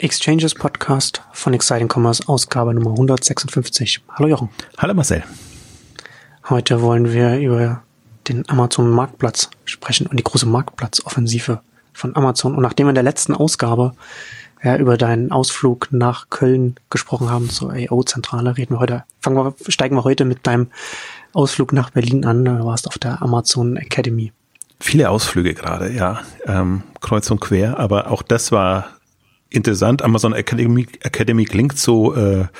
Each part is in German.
Exchanges Podcast von Exciting Commerce, Ausgabe Nummer 156. Hallo Jochen. Hallo Marcel. Heute wollen wir über den Amazon Marktplatz sprechen und die große Marktplatzoffensive von Amazon. Und nachdem wir in der letzten Ausgabe über deinen Ausflug nach Köln gesprochen haben zur AO-Zentrale, steigen wir heute mit deinem Ausflug nach Berlin an. Du warst auf der Amazon Academy. Viele Ausflüge gerade, ja, kreuz und quer, aber auch das war interessant. Amazon Academy klingt so,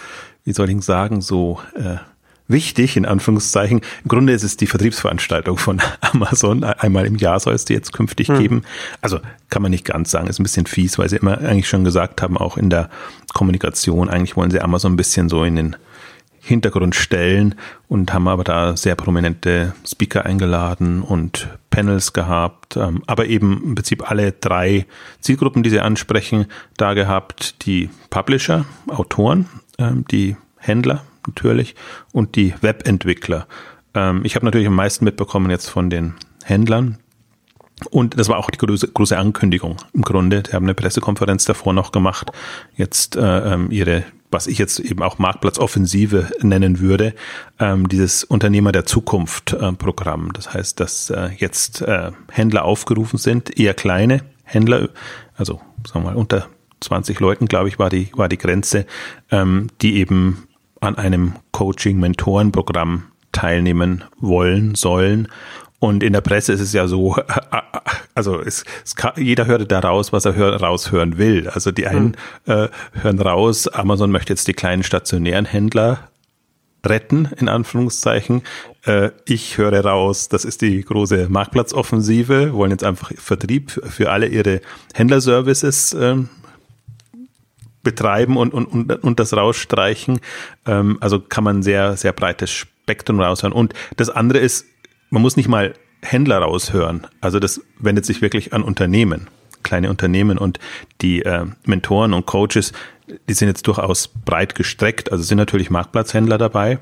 wichtig, in Anführungszeichen. Im Grunde ist es die Vertriebsveranstaltung von Amazon. Einmal im Jahr soll es die jetzt künftig geben. Also kann man nicht ganz sagen, ist ein bisschen fies, weil sie immer eigentlich schon gesagt haben, auch in der Kommunikation, eigentlich wollen sie Amazon ein bisschen so in den Hintergrund stellen und haben aber da sehr prominente Speaker eingeladen und Panels gehabt, aber eben im Prinzip alle drei Zielgruppen, die sie ansprechen, da gehabt: die Publisher, Autoren, die Händler natürlich und die Webentwickler. Ich habe natürlich am meisten mitbekommen jetzt von den Händlern. Und das war auch die große Ankündigung im Grunde. Die haben eine Pressekonferenz davor noch gemacht, jetzt was ich jetzt eben auch Marktplatzoffensive nennen würde, dieses Unternehmer der Zukunft Programm. Das heißt, dass jetzt Händler aufgerufen sind, eher kleine Händler, also sagen wir mal unter 20 Leuten, glaube ich, war die Grenze, die eben an einem Coaching-Mentoren-Programm teilnehmen wollen, sollen. Und in der Presse ist es ja so, also jeder hört da raus, was er raushören will. Also die einen hören raus, Amazon möchte jetzt die kleinen stationären Händler retten, in Anführungszeichen. Ich höre raus, das ist die große Marktplatzoffensive, wollen jetzt einfach Vertrieb für alle ihre Händlerservices betreiben und das rausstreichen. Also kann man sehr, sehr breites Spektrum raushören. Und das andere ist, man muss nicht mal Händler raushören. Also das wendet sich wirklich an Unternehmen, kleine Unternehmen, und die Mentoren und Coaches, die sind jetzt durchaus breit gestreckt. Also sind natürlich Marktplatzhändler dabei,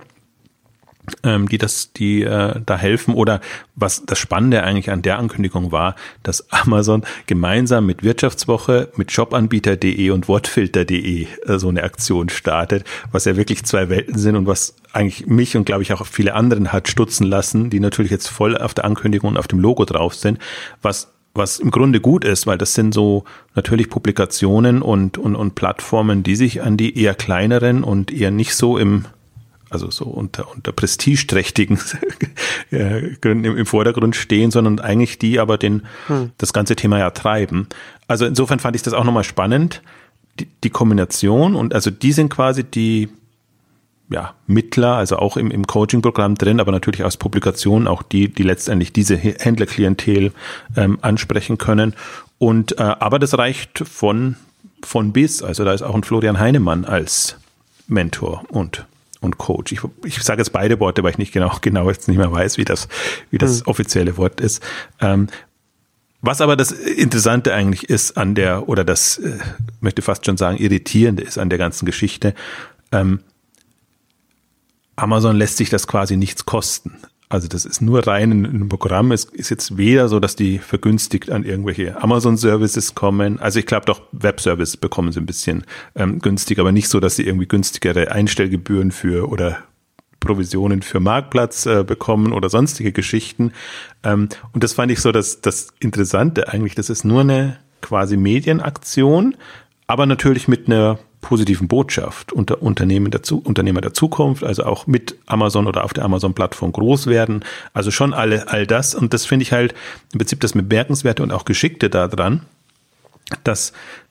die da helfen. Oder was das Spannende eigentlich an der Ankündigung war, dass Amazon gemeinsam mit Wirtschaftswoche, mit Jobanbieter.de und Wortfilter.de so eine Aktion startet, was ja wirklich zwei Welten sind und was eigentlich mich und glaube ich auch viele anderen hat stutzen lassen, die natürlich jetzt voll auf der Ankündigung und auf dem Logo drauf sind, was im Grunde gut ist, weil das sind so natürlich Publikationen und Plattformen, die sich an die eher kleineren und eher nicht so so unter prestigeträchtigen im Vordergrund stehen, sondern eigentlich die aber das ganze Thema ja treiben. Also insofern fand ich das auch nochmal spannend, die Kombination, und also die sind quasi die Mittler, also auch im Coaching-Programm drin, aber natürlich aus Publikationen auch die letztendlich diese Händlerklientel ansprechen können. Und aber das reicht von bis, also da ist auch ein Florian Heinemann als Mentor und Coach. Ich sage jetzt beide Worte, weil ich nicht genau jetzt nicht mehr weiß, wie das offizielle Wort ist. Was aber das Interessante eigentlich ist möchte fast schon sagen, Irritierende ist an der ganzen Geschichte, Amazon lässt sich das quasi nichts kosten. Also das ist nur rein ein Programm. Es ist jetzt weder so, dass die vergünstigt an irgendwelche Amazon-Services kommen. Also ich glaube doch, Web-Service bekommen sie ein bisschen günstiger, aber nicht so, dass sie irgendwie günstigere Einstellgebühren oder Provisionen für Marktplatz bekommen oder sonstige Geschichten. Und das fand ich so das Interessante eigentlich. Das ist nur eine quasi Medienaktion, aber natürlich mit einer positiven Botschaft. Unternehmer der Zukunft, also auch mit Amazon oder auf der Amazon-Plattform groß werden. Also schon all das. Und das finde ich halt im Prinzip das Bemerkenswerte und auch Geschickte daran, dass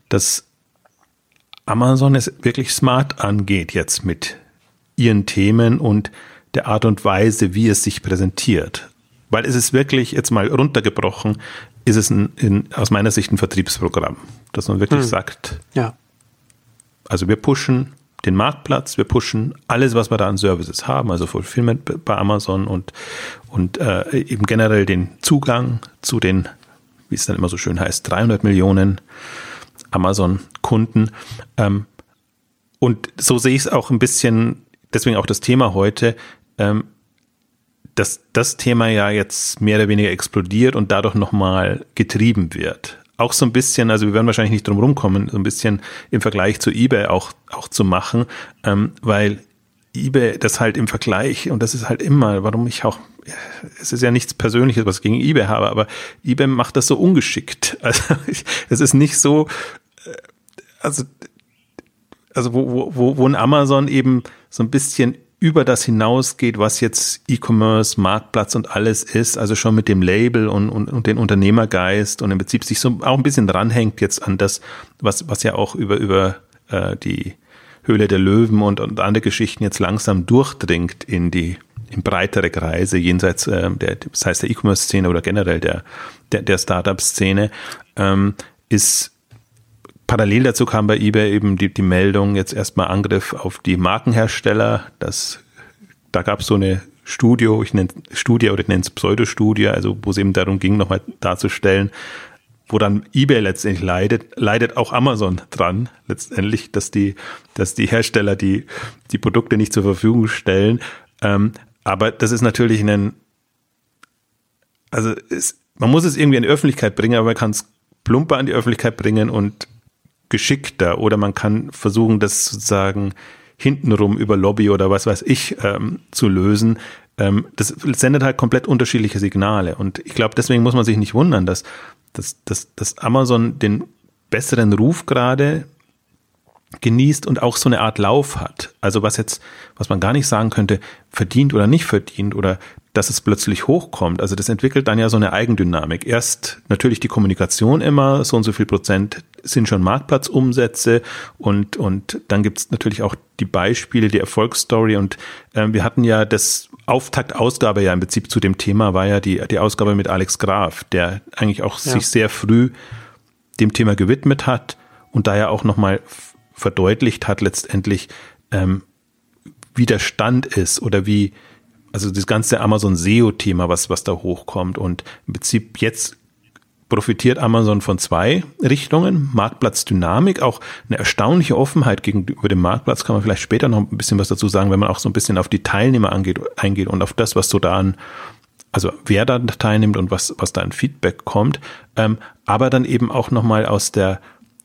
Amazon es wirklich smart angeht jetzt mit ihren Themen und der Art und Weise, wie es sich präsentiert. Weil es ist wirklich, jetzt mal runtergebrochen, ist es aus meiner Sicht ein Vertriebsprogramm, dass man wirklich sagt, also wir pushen den Marktplatz, wir pushen alles, was wir da an Services haben, also Fulfillment bei Amazon und eben generell den Zugang zu den, wie es dann immer so schön heißt, 300 Millionen Amazon-Kunden. Und so sehe ich es auch ein bisschen, deswegen auch das Thema heute, dass das Thema ja jetzt mehr oder weniger explodiert und dadurch nochmal getrieben wird. auch so ein bisschen, also wir werden wahrscheinlich nicht drum rumkommen, so ein bisschen im Vergleich zu eBay auch zu machen, weil eBay das halt im Vergleich, und das ist halt immer, warum ich auch, es ist ja nichts Persönliches, was ich gegen eBay habe, aber eBay macht das so ungeschickt. Also es ist nicht so, also wo ein Amazon eben so ein bisschen über das hinausgeht, was jetzt E-Commerce, Marktplatz und alles ist, also schon mit dem Label und den Unternehmergeist und im Prinzip sich so auch ein bisschen dranhängt jetzt an das, was ja auch über die Höhle der Löwen und andere Geschichten jetzt langsam durchdringt in breitere Kreise, jenseits das heißt der E-Commerce-Szene oder generell der Startup-Szene, ist parallel dazu kam bei eBay eben die Meldung, jetzt erstmal Angriff auf die Markenhersteller. Da gab es so eine Studie oder ich nenne es Pseudostudie, also wo es eben darum ging, nochmal darzustellen, wo dann eBay letztendlich leidet auch Amazon dran, letztendlich, dass die Hersteller die Produkte nicht zur Verfügung stellen. Aber das ist natürlich man muss es irgendwie an die Öffentlichkeit bringen, aber man kann es plumper an die Öffentlichkeit bringen und geschickter, oder man kann versuchen, das sozusagen hintenrum über Lobby oder was weiß ich zu lösen. Das sendet halt komplett unterschiedliche Signale, und ich glaube, deswegen muss man sich nicht wundern, dass Amazon den besseren Ruf gerade genießt und auch so eine Art Lauf hat. Also was man gar nicht sagen könnte, verdient oder nicht verdient oder dass es plötzlich hochkommt. Also das entwickelt dann ja so eine Eigendynamik. Erst natürlich die Kommunikation immer, so und so viel Prozent sind schon Marktplatzumsätze und dann gibt's natürlich auch die Beispiele, die Erfolgsstory, und wir hatten ja das Auftaktausgabe ja im Prinzip zu dem Thema war ja die Ausgabe mit Alex Graf, der eigentlich auch sich sehr früh dem Thema gewidmet hat und da ja auch nochmal verdeutlicht hat letztendlich, wie der Stand ist oder also das ganze Amazon SEO-Thema, was da hochkommt, und im Prinzip jetzt profitiert Amazon von zwei Richtungen. Marktplatzdynamik, auch eine erstaunliche Offenheit gegenüber dem Marktplatz, kann man vielleicht später noch ein bisschen was dazu sagen, wenn man auch so ein bisschen auf die Teilnehmer eingeht und auf das, was so da also wer da teilnimmt und was da an Feedback kommt, aber dann eben auch nochmal aus der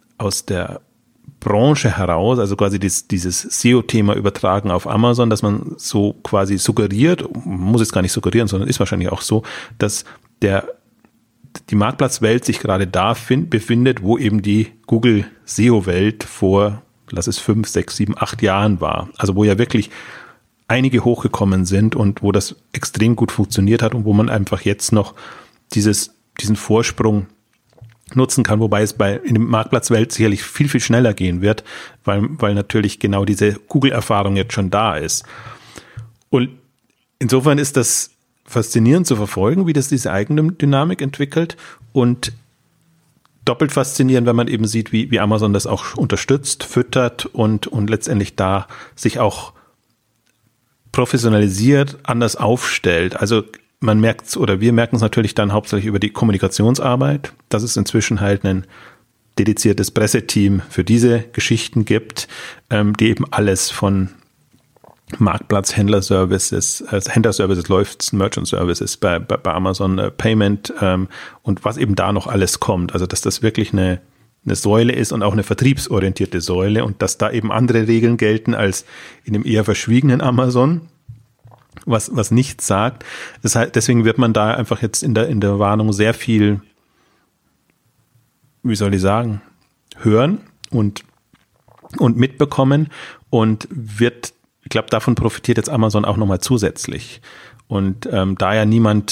Branche heraus, also quasi dieses SEO-Thema übertragen auf Amazon, dass man so quasi suggeriert, muss es gar nicht suggerieren, sondern ist wahrscheinlich auch so, dass die Marktplatzwelt sich gerade da befindet, wo eben die Google SEO-Welt vor, lass es 5, 6, 7, 8 Jahren war. Also wo ja wirklich einige hochgekommen sind und wo das extrem gut funktioniert hat und wo man einfach jetzt noch diesen Vorsprung nutzen kann, wobei es in der Marktplatzwelt sicherlich viel, viel schneller gehen wird, weil natürlich genau diese Google-Erfahrung jetzt schon da ist. Und insofern ist das faszinierend zu verfolgen, wie das diese eigene Dynamik entwickelt, und doppelt faszinierend, wenn man eben sieht, wie Amazon das auch unterstützt, füttert und letztendlich da sich auch professionalisiert, anders aufstellt. Also man merkt es, oder wir merken es natürlich dann hauptsächlich über die Kommunikationsarbeit, dass es inzwischen halt ein dediziertes Presseteam für diese Geschichten gibt, die eben alles von Marktplatz, Händlerservices läuft, Merchant Services bei Amazon Payment und was eben da noch alles kommt. Also dass das wirklich eine Säule ist und auch eine vertriebsorientierte Säule und dass da eben andere Regeln gelten als in dem eher verschwiegenen Amazon, was nichts sagt. Das heißt, deswegen wird man da einfach jetzt in der Warnung sehr viel, wie soll ich sagen, hören und mitbekommen und ich glaube, davon profitiert jetzt Amazon auch nochmal zusätzlich. Und da ja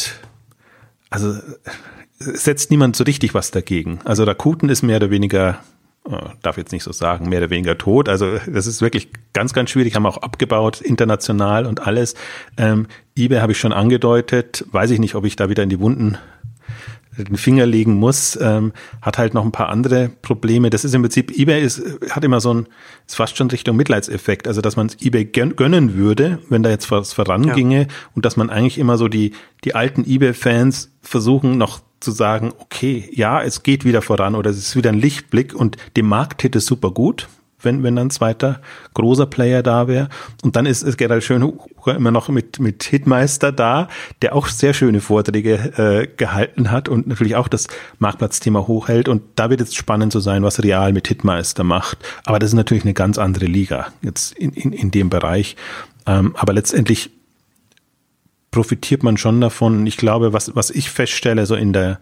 setzt niemand so richtig was dagegen. Also Rakuten ist mehr oder weniger, darf jetzt nicht so sagen, mehr oder weniger tot. Also das ist wirklich ganz, ganz schwierig, haben auch abgebaut, international und alles. eBay habe ich schon angedeutet, weiß ich nicht, ob ich da wieder in die Wunden den Finger legen muss, hat halt noch ein paar andere Probleme. Das ist im Prinzip, eBay hat immer ist fast schon Richtung Mitleidseffekt, also dass man es eBay gönnen würde, wenn da jetzt was voranginge und dass man eigentlich immer so die alten eBay-Fans versuchen noch zu sagen, okay, ja, es geht wieder voran oder es ist wieder ein Lichtblick und dem Markt geht es super gut, wenn dann ein zweiter großer Player da wäre. Und dann ist Gerald Schönhuber immer noch mit Hitmeister da, der auch sehr schöne Vorträge gehalten hat und natürlich auch das Marktplatzthema hochhält. Und da wird jetzt spannend zu sein, was Real mit Hitmeister macht. Aber das ist natürlich eine ganz andere Liga jetzt in dem Bereich. Aber letztendlich profitiert man schon davon. Und ich glaube, was ich feststelle, so in der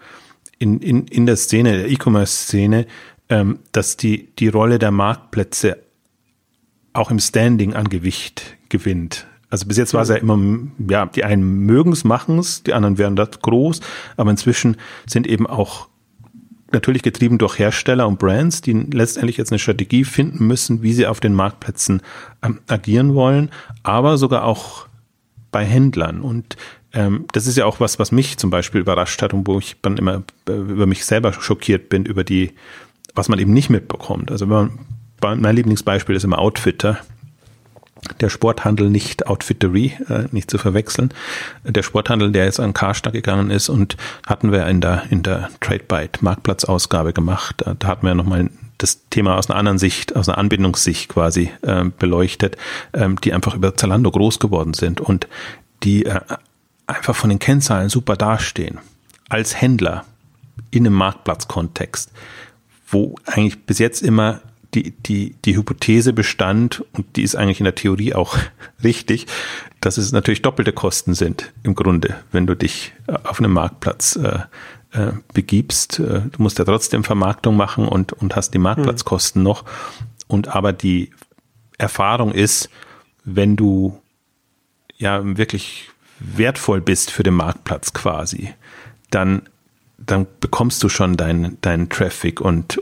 Szene, der E-Commerce-Szene, dass die Rolle der Marktplätze auch im Standing an Gewicht gewinnt. Also bis jetzt war es ja immer, ja, die einen mögen es, machen es, die anderen werden das groß, aber inzwischen sind eben auch natürlich getrieben durch Hersteller und Brands, die letztendlich jetzt eine Strategie finden müssen, wie sie auf den Marktplätzen agieren wollen, aber sogar auch bei Händlern. Und das ist ja auch was mich zum Beispiel überrascht hat und wo ich dann immer über mich selber schockiert bin, über was man eben nicht mitbekommt. Also mein Lieblingsbeispiel ist immer Outfitter. Der Sporthandel, nicht Outfittery, nicht zu verwechseln. Der Sporthandel, der jetzt an Karstadt gegangen ist, und hatten wir in der TradeByte Marktplatzausgabe gemacht. Da hatten wir nochmal das Thema aus einer anderen Sicht, aus einer Anbindungssicht quasi beleuchtet, die einfach über Zalando groß geworden sind und die einfach von den Kennzahlen super dastehen. Als Händler in einem Marktplatzkontext, wo eigentlich bis jetzt immer die Hypothese bestand, und die ist eigentlich in der Theorie auch richtig, dass es natürlich doppelte Kosten sind im Grunde, wenn du dich auf einem Marktplatz begibst. Du musst ja trotzdem Vermarktung machen und hast die Marktplatzkosten noch. Und aber die Erfahrung ist, wenn du ja wirklich wertvoll bist für den Marktplatz quasi, dann bekommst du schon deinen Traffic und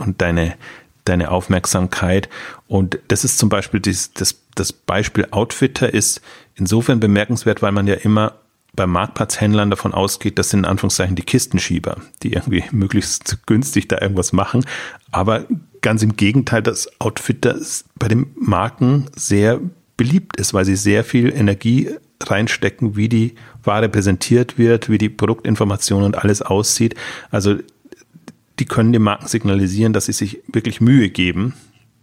deine Aufmerksamkeit. Und das ist zum Beispiel das Beispiel Outfitter ist insofern bemerkenswert, weil man ja immer bei Marktplatzhändlern davon ausgeht, das sind in Anführungszeichen die Kistenschieber, die irgendwie möglichst günstig da irgendwas machen. Aber ganz im Gegenteil, dass Outfitter bei den Marken sehr beliebt ist, weil sie sehr viel Energie reinstecken, wie die Ware präsentiert wird, wie die Produktinformation und alles aussieht. Also die können den Marken signalisieren, dass sie sich wirklich Mühe geben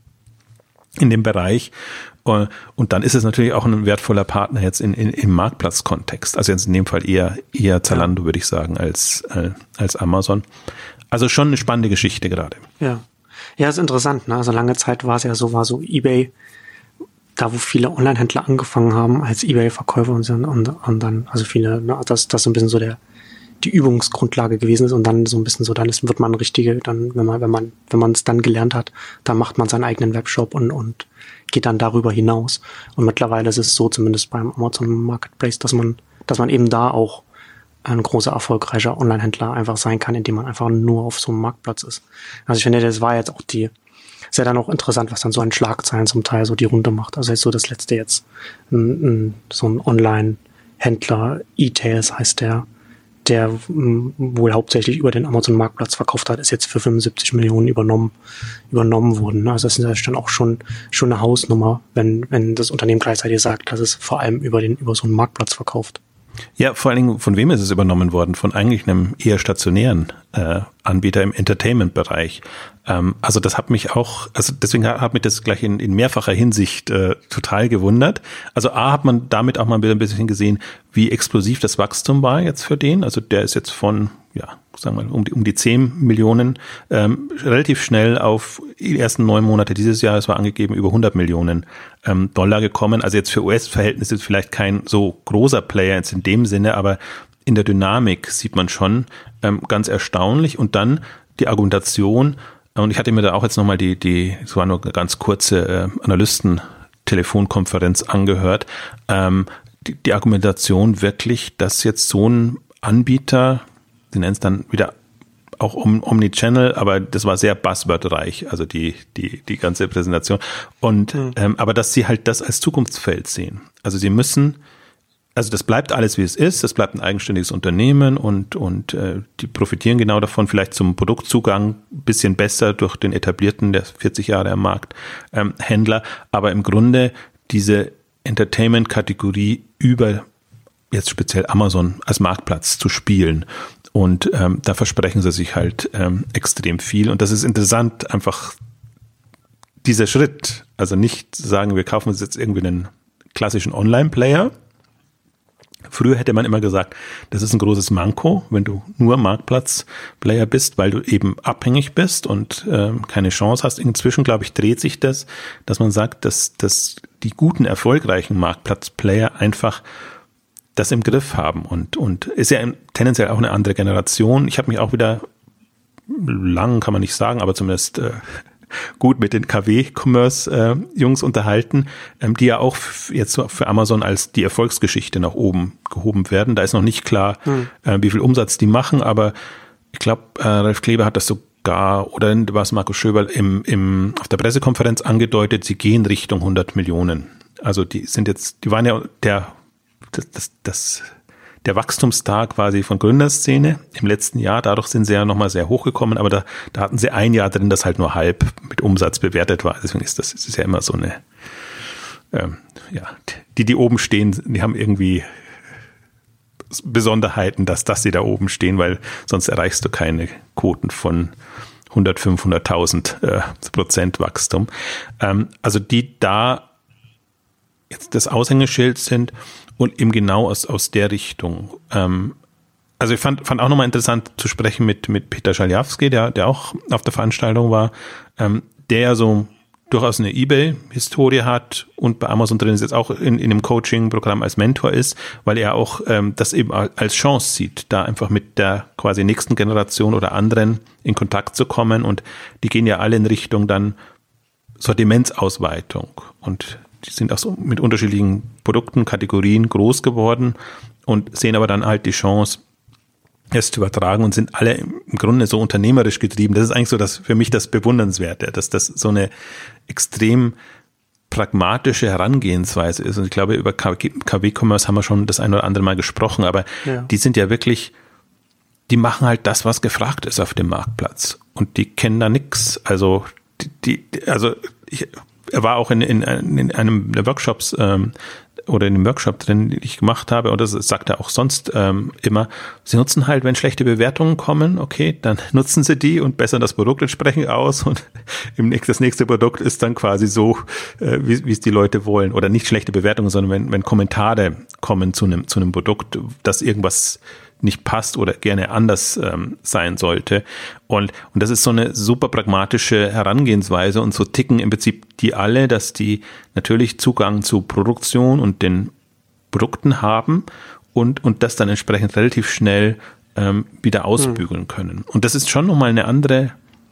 in dem Bereich. Und dann ist es natürlich auch ein wertvoller Partner jetzt im Marktplatzkontext. Also jetzt in dem Fall eher Zalando, würde ich sagen, als Amazon. Also schon eine spannende Geschichte gerade. Ja, ist interessant. Ne? Also lange Zeit war so eBay, da wo viele Online-Händler angefangen haben als eBay-Verkäufer und dann, also viele, ne, dass das so ein bisschen so die Übungsgrundlage gewesen ist und dann so ein bisschen so, wird man wenn man es dann gelernt hat, dann macht man seinen eigenen Webshop und geht dann darüber hinaus. Und mittlerweile ist es so, zumindest beim Amazon Marketplace, dass man eben da auch ein großer, erfolgreicher Online-Händler einfach sein kann, indem man einfach nur auf so einem Marktplatz ist. Also ich finde, das war jetzt auch ist ja dann auch interessant, was dann so an Schlagzeilen zum Teil so die Runde macht. Also jetzt so das letzte jetzt, so ein Online-Händler, E-Tails heißt der wohl hauptsächlich über den Amazon-Marktplatz verkauft hat, ist jetzt für 75 Millionen übernommen worden. Also das ist dann auch schon eine Hausnummer, wenn das Unternehmen gleichzeitig sagt, dass es vor allem über so einen Marktplatz verkauft. Ja, vor allen Dingen, von wem ist es übernommen worden? Von eigentlich einem eher stationären Anbieter im Entertainment-Bereich. Also das hat mich auch, also deswegen hat mich das gleich in mehrfacher Hinsicht total gewundert. Also hat man damit auch mal ein bisschen gesehen, wie explosiv das Wachstum war jetzt für den. Also der ist jetzt von, sagen wir mal, um die 10 Millionen relativ schnell auf die ersten 9 Monate dieses Jahres war angegeben über 100 Millionen Dollar gekommen. Also jetzt für US-Verhältnisse vielleicht kein so großer Player jetzt in dem Sinne, aber in der Dynamik sieht man schon ganz erstaunlich. Und dann die Argumentation, und ich hatte mir da auch jetzt nochmal es war nur eine ganz kurze Analysten-Telefonkonferenz angehört, die Argumentation wirklich, dass jetzt so ein Anbieter, sie nennen es dann wieder auch Omnichannel, aber das war sehr buzzwordreich, also die ganze Präsentation. Und aber dass sie halt das als Zukunftsfeld sehen. Also sie müssen, also das bleibt alles wie es ist, das bleibt ein eigenständiges Unternehmen und die profitieren genau davon, vielleicht zum Produktzugang ein bisschen besser durch den etablierten, der 40 Jahre am Markt, Händler, aber im Grunde diese Entertainment-Kategorie über jetzt speziell Amazon als Marktplatz zu spielen. Und da versprechen sie sich halt extrem viel. Und das ist interessant, einfach dieser Schritt, also nicht sagen, wir kaufen uns jetzt irgendwie einen klassischen Online-Player. Früher hätte man immer gesagt, das ist ein großes Manko, wenn du nur Marktplatz-Player bist, weil du eben abhängig bist und keine Chance hast. Inzwischen, glaube ich, dreht sich das, dass man sagt, dass die guten, erfolgreichen Marktplatz-Player einfach das im Griff haben und ist ja tendenziell auch eine andere Generation. Ich habe mich auch wieder lang, kann man nicht sagen, aber zumindest gut mit den KW-Commerce-Jungs unterhalten, die ja auch jetzt für Amazon als die Erfolgsgeschichte nach oben gehoben werden. Da ist noch nicht klar, wie viel Umsatz die machen, aber ich glaube, Ralf Kleber hat das sogar, oder war es Markus Schöberl, auf der Pressekonferenz angedeutet, sie gehen Richtung 100 Millionen. Also die waren ja der Wachstumsstar quasi von Gründerszene im letzten Jahr. Dadurch sind sie ja nochmal sehr hochgekommen, aber da hatten sie ein Jahr drin, das halt nur halb mit Umsatz bewertet war. Deswegen ist das ja immer so eine, die oben stehen, die haben irgendwie Besonderheiten, dass sie da oben stehen, weil sonst erreichst du keine Quoten von 100, 500.000% Wachstum. Also die da jetzt das Aushängeschild sind und eben genau aus der Richtung. Also ich fand auch nochmal interessant zu sprechen mit Peter Schaljawski, der auch auf der Veranstaltung war, der ja so durchaus eine eBay-Historie hat und bei Amazon drin ist, jetzt auch in einem Coaching-Programm als Mentor ist, weil er auch das eben als Chance sieht, da einfach mit der quasi nächsten Generation oder anderen in Kontakt zu kommen, und die gehen ja alle in Richtung dann Sortimentsausweitung, und die sind auch so mit unterschiedlichen Produkten, Kategorien groß geworden und sehen aber dann halt die Chance, es zu übertragen, und sind alle im Grunde so unternehmerisch getrieben. Das ist eigentlich so für mich das Bewundernswerte, dass das so eine extrem pragmatische Herangehensweise ist. Und ich glaube, über KW-Commerce haben wir schon das ein oder andere Mal gesprochen, aber die sind ja wirklich, die machen halt das, was gefragt ist auf dem Marktplatz. Und die kennen da nix. Also er war auch in einem der Workshops oder in dem Workshop drin, den ich gemacht habe, und das sagt er auch sonst immer, sie nutzen halt, wenn schlechte Bewertungen kommen, okay, dann nutzen sie die und bessern das Produkt entsprechend aus, und das nächste Produkt ist dann quasi so, wie es die Leute wollen, oder nicht schlechte Bewertungen, sondern wenn Kommentare kommen zu einem Produkt, dass irgendwas nicht passt oder gerne anders sein sollte. Und das ist so eine super pragmatische Herangehensweise, und so ticken im Prinzip die alle, dass die natürlich Zugang zu Produktion und den Produkten haben und das dann entsprechend relativ schnell wieder ausbügeln können. Und das ist schon nochmal eine andere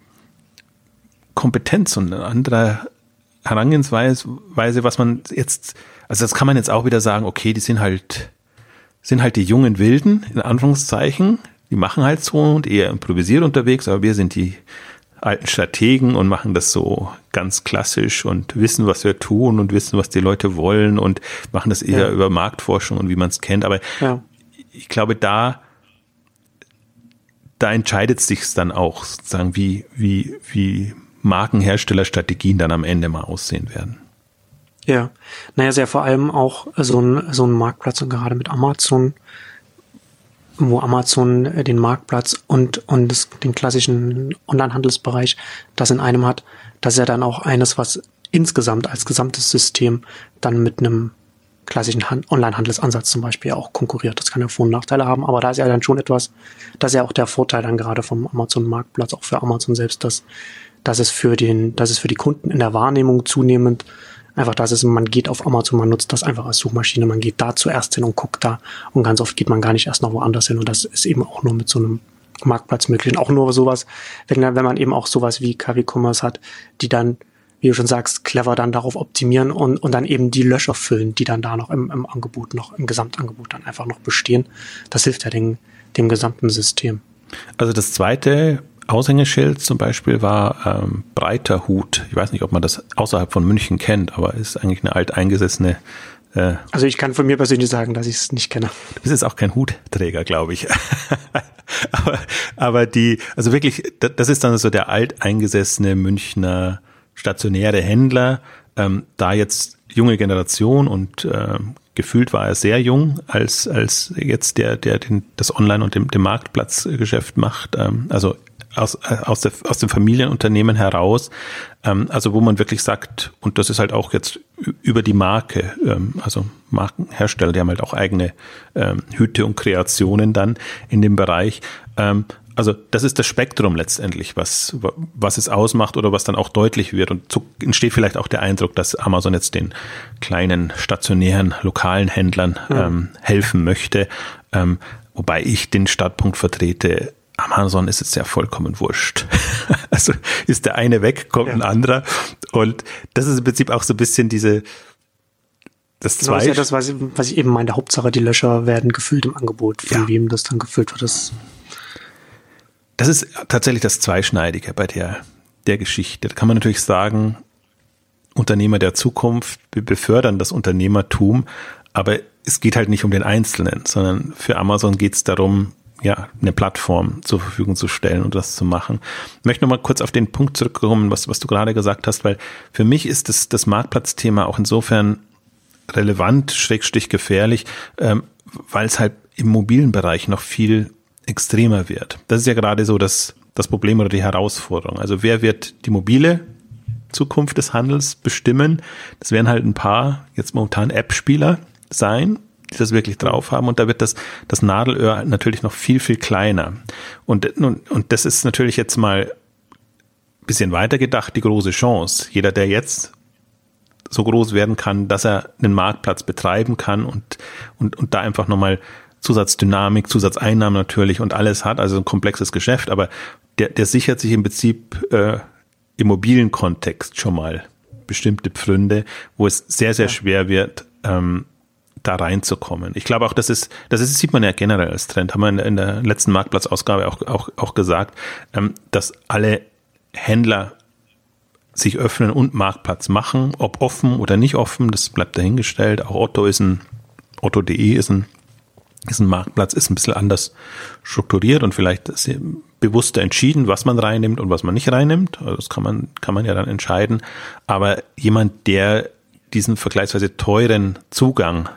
Kompetenz und eine andere Herangehensweise, was man jetzt, also das kann man jetzt auch wieder sagen, okay, die sind halt die jungen Wilden, in Anführungszeichen, die machen halt so und eher improvisiert unterwegs, aber wir sind die alten Strategen und machen das so ganz klassisch und wissen, was wir tun und wissen, was die Leute wollen, und machen das eher über Marktforschung und wie man es kennt. Aber ich glaube, da entscheidet es sich dann auch, sozusagen, wie Markenherstellerstrategien dann am Ende mal aussehen werden. Ja, naja, sehr vor allem auch so ein Marktplatz, und gerade mit Amazon, wo Amazon den Marktplatz und den klassischen Onlinehandelsbereich das in einem hat, das ist ja dann auch eines, was insgesamt als gesamtes System dann mit einem klassischen Onlinehandelsansatz zum Beispiel auch konkurriert. Das kann ja Vor- und Nachteile haben, aber da ist ja dann schon etwas, das ist ja auch der Vorteil dann gerade vom Amazon-Marktplatz, auch für Amazon selbst, dass es für die Kunden in der Wahrnehmung zunehmend einfach das ist, man geht auf Amazon, man nutzt das einfach als Suchmaschine, man geht da zuerst hin und guckt da, und ganz oft geht man gar nicht erst noch woanders hin, und das ist eben auch nur mit so einem Marktplatz möglich. Und auch nur sowas, wenn man eben auch sowas wie KW-Commerce hat, die dann, wie du schon sagst, clever dann darauf optimieren und dann eben die Löcher füllen, die dann da noch im Angebot im Gesamtangebot dann einfach noch bestehen. Das hilft ja dem gesamten System. Also das zweite Aushängeschild zum Beispiel war Breiter Hut. Ich weiß nicht, ob man das außerhalb von München kennt, aber ist eigentlich eine alteingesessene. Also ich kann von mir persönlich sagen, dass ich es nicht kenne. Du bist jetzt auch kein Hutträger, glaube ich. aber also wirklich, das ist dann so der alteingesessene Münchner stationäre Händler, da jetzt junge Generation, und gefühlt war er sehr jung, als jetzt der das Online- und dem Marktplatzgeschäft macht, also aus dem Familienunternehmen heraus, also wo man wirklich sagt, und das ist halt auch jetzt über die Marke, also Markenhersteller, die haben halt auch eigene Hüte und Kreationen dann in dem Bereich. Also das ist das Spektrum letztendlich, was es ausmacht oder was dann auch deutlich wird. Und so entsteht vielleicht auch der Eindruck, dass Amazon jetzt den kleinen, stationären, lokalen Händlern helfen möchte. Wobei ich den Standpunkt vertrete, Amazon ist es ja vollkommen wurscht. Also ist der eine weg, kommt ein anderer. Und das ist im Prinzip auch so ein bisschen das ist ja das, was ich eben meinte. Hauptsache, die Löcher werden gefüllt im Angebot. Von wem das dann gefüllt wird, das ist tatsächlich das Zweischneidige bei der Geschichte. Da kann man natürlich sagen, Unternehmer der Zukunft, wir befördern das Unternehmertum, aber es geht halt nicht um den Einzelnen, sondern für Amazon geht es darum, eine Plattform zur Verfügung zu stellen und das zu machen. Ich möchte noch mal kurz auf den Punkt zurückkommen, was du gerade gesagt hast, weil für mich ist das Marktplatzthema auch insofern relevant, / gefährlich, weil es halt im mobilen Bereich noch viel extremer wird. Das ist ja gerade so das Problem oder die Herausforderung. Also wer wird die mobile Zukunft des Handels bestimmen? Das werden halt ein paar jetzt momentan App-Spieler sein, die das wirklich drauf haben, und da wird das Nadelöhr natürlich noch viel, viel kleiner. Und das ist natürlich jetzt mal ein bisschen weiter gedacht, die große Chance. Jeder, der jetzt so groß werden kann, dass er einen Marktplatz betreiben kann und da einfach nochmal Zusatzdynamik, Zusatzeinnahmen natürlich und alles hat, also ein komplexes Geschäft, aber der sichert sich im Prinzip im mobilen Kontext schon mal bestimmte Pfründe, wo es sehr, sehr schwer wird, da reinzukommen. Ich glaube auch, sieht man ja generell als Trend, haben wir in der letzten Marktplatzausgabe auch gesagt, dass alle Händler sich öffnen und Marktplatz machen, ob offen oder nicht offen, das bleibt dahingestellt. Auch Otto.de ist ein Marktplatz, ist ein bisschen anders strukturiert und vielleicht ist bewusster entschieden, was man reinnimmt und was man nicht reinnimmt. Also das kann man ja dann entscheiden. Aber jemand, der diesen vergleichsweise teuren Zugang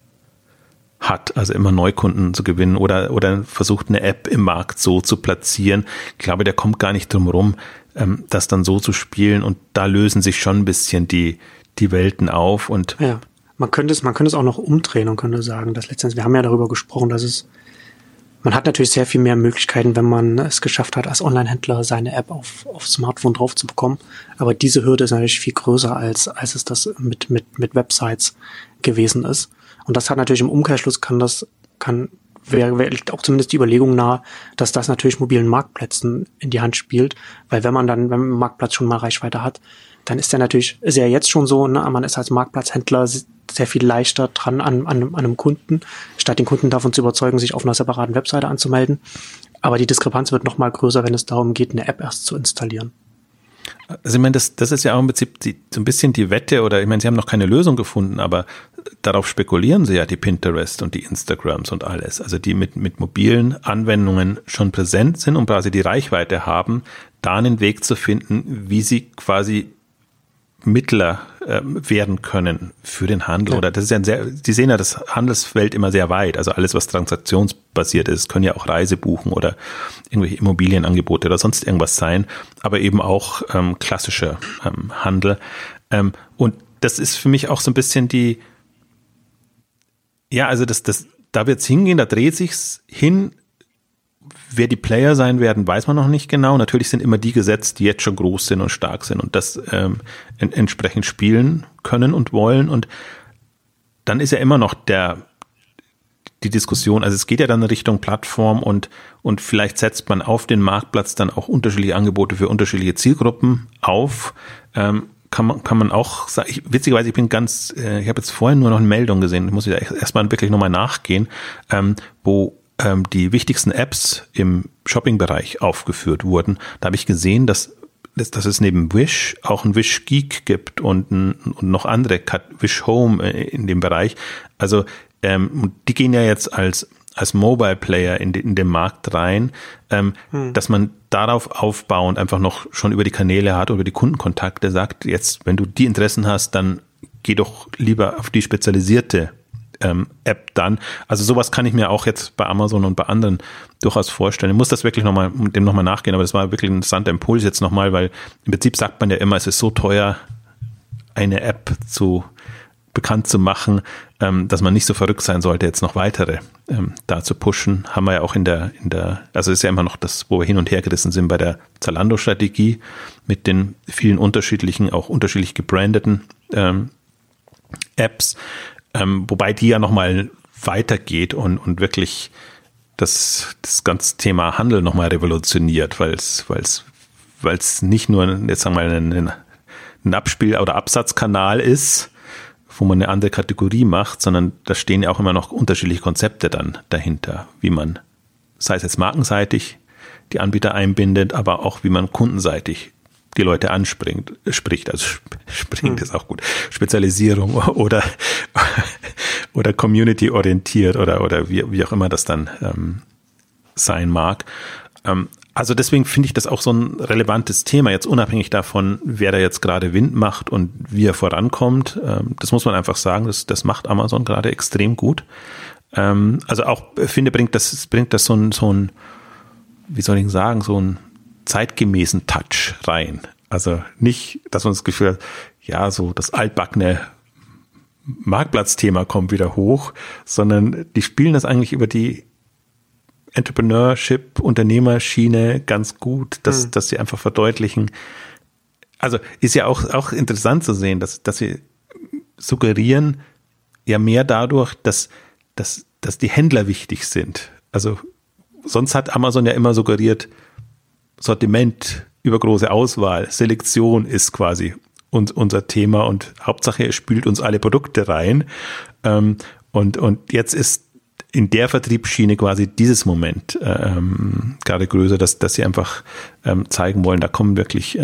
hat, also immer Neukunden zu gewinnen oder versucht, eine App im Markt so zu platzieren, ich glaube, der kommt gar nicht drum rum, das dann so zu spielen, und da lösen sich schon ein bisschen die Welten auf. Und ja, man könnte es auch noch umdrehen und könnte sagen, dass letztendlich, wir haben ja darüber gesprochen, man hat natürlich sehr viel mehr Möglichkeiten, wenn man es geschafft hat, als Online-Händler seine App auf Smartphone drauf zu bekommen. Aber diese Hürde ist natürlich viel größer, als es das mit Websites gewesen ist. Und das hat natürlich im Umkehrschluss liegt auch zumindest die Überlegung nahe, dass das natürlich mobilen Marktplätzen in die Hand spielt. Weil wenn man ein Marktplatz schon mal Reichweite hat, dann ist ja jetzt schon so, ne, man ist als Marktplatzhändler sehr viel leichter dran an einem Kunden, statt den Kunden davon zu überzeugen, sich auf einer separaten Webseite anzumelden. Aber die Diskrepanz wird noch mal größer, wenn es darum geht, eine App erst zu installieren. Also ich meine, das ist ja auch im Prinzip so ein bisschen die Wette, oder ich meine, sie haben noch keine Lösung gefunden, aber darauf spekulieren sie ja, die Pinterest und die Instagrams und alles, also die mit mobilen Anwendungen schon präsent sind und quasi die Reichweite haben, da einen Weg zu finden, wie sie quasi Mittler werden können für den Handel. Ja. Oder das ist ja die sehen ja das Handelsfeld immer sehr weit. Also alles, was transaktionsbasiert ist, können ja auch Reise buchen oder irgendwelche Immobilienangebote oder sonst irgendwas sein, aber eben auch klassischer Handel. Und das ist für mich auch so ein bisschen also da wird es hingehen, da dreht sich's hin. Wer die Player sein werden, weiß man noch nicht genau. Natürlich sind immer die gesetzt, die jetzt schon groß sind und stark sind und das entsprechend spielen können und wollen. Und dann ist ja immer noch die Diskussion, also es geht ja dann in Richtung Plattform und vielleicht setzt man auf den Marktplatz dann auch unterschiedliche Angebote für unterschiedliche Zielgruppen auf. Kann man auch sagen, witzigerweise, ich habe jetzt vorhin nur noch eine Meldung gesehen, ich muss wieder erstmal wirklich nochmal nachgehen, wo die wichtigsten Apps im Shopping-Bereich aufgeführt wurden. Da habe ich gesehen, dass es neben Wish auch ein Wish Geek gibt und noch andere, Wish Home in dem Bereich. Also die gehen ja jetzt als Mobile Player in den Markt rein, dass man darauf aufbauend einfach noch schon über die Kanäle hat, über die Kundenkontakte sagt, jetzt, wenn du die Interessen hast, dann geh doch lieber auf die spezialisierte App dann. Also sowas kann ich mir auch jetzt bei Amazon und bei anderen durchaus vorstellen. Ich muss das wirklich nochmal nachgehen, aber das war wirklich ein interessanter Impuls jetzt nochmal, weil im Prinzip sagt man ja immer, es ist so teuer, eine App bekannt zu machen, dass man nicht so verrückt sein sollte, jetzt noch weitere da zu pushen. Haben wir ja auch also ist ja immer noch das, wo wir hin und her gerissen sind bei der Zalando-Strategie mit den vielen unterschiedlichen, auch unterschiedlich gebrandeten Apps, wobei die ja nochmal weitergeht und wirklich das ganze Thema Handel nochmal revolutioniert, weil es nicht nur jetzt sagen wir mal ein Abspiel- oder Absatzkanal ist, wo man eine andere Kategorie macht, sondern da stehen ja auch immer noch unterschiedliche Konzepte dann dahinter, wie man, sei es jetzt markenseitig, die Anbieter einbindet, aber auch wie man kundenseitig die Leute spricht, also springt ist auch gut, Spezialisierung oder community-orientiert oder wie auch immer das dann sein mag. Also deswegen finde ich das auch so ein relevantes Thema, jetzt unabhängig davon, wer da jetzt gerade Wind macht und wie er vorankommt. Das muss man einfach sagen, das macht Amazon gerade extrem gut. Also auch, finde, bringt das so ein, wie soll ich sagen, so einen zeitgemäßen Touch rein. Also nicht, dass man das Gefühl hat, ja, so das altbackene Marktplatzthema kommt wieder hoch, sondern die spielen das eigentlich über die Entrepreneurship, Unternehmerschiene ganz gut, dass sie einfach verdeutlichen. Also ist ja auch interessant zu sehen, dass sie suggerieren ja mehr dadurch, dass die Händler wichtig sind. Also sonst hat Amazon ja immer suggeriert, Sortiment, übergroße Auswahl, Selektion ist quasi unser Thema und Hauptsache es spült uns alle Produkte rein. Und jetzt ist in der Vertriebsschiene quasi dieses Moment gerade größer, dass sie einfach zeigen wollen, da kommen wirklich,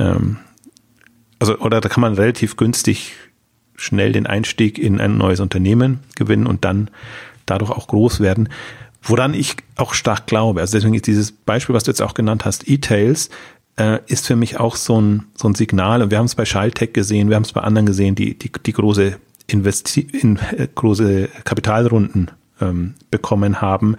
oder da kann man relativ günstig schnell den Einstieg in ein neues Unternehmen gewinnen und dann dadurch auch groß werden, woran ich auch stark glaube. Also deswegen ist dieses Beispiel, was du jetzt auch genannt hast, E-Tails, ist für mich auch so ein Signal. Und wir haben es bei Schaltec gesehen, wir haben es bei anderen gesehen, die große große Kapitalrunden bekommen haben.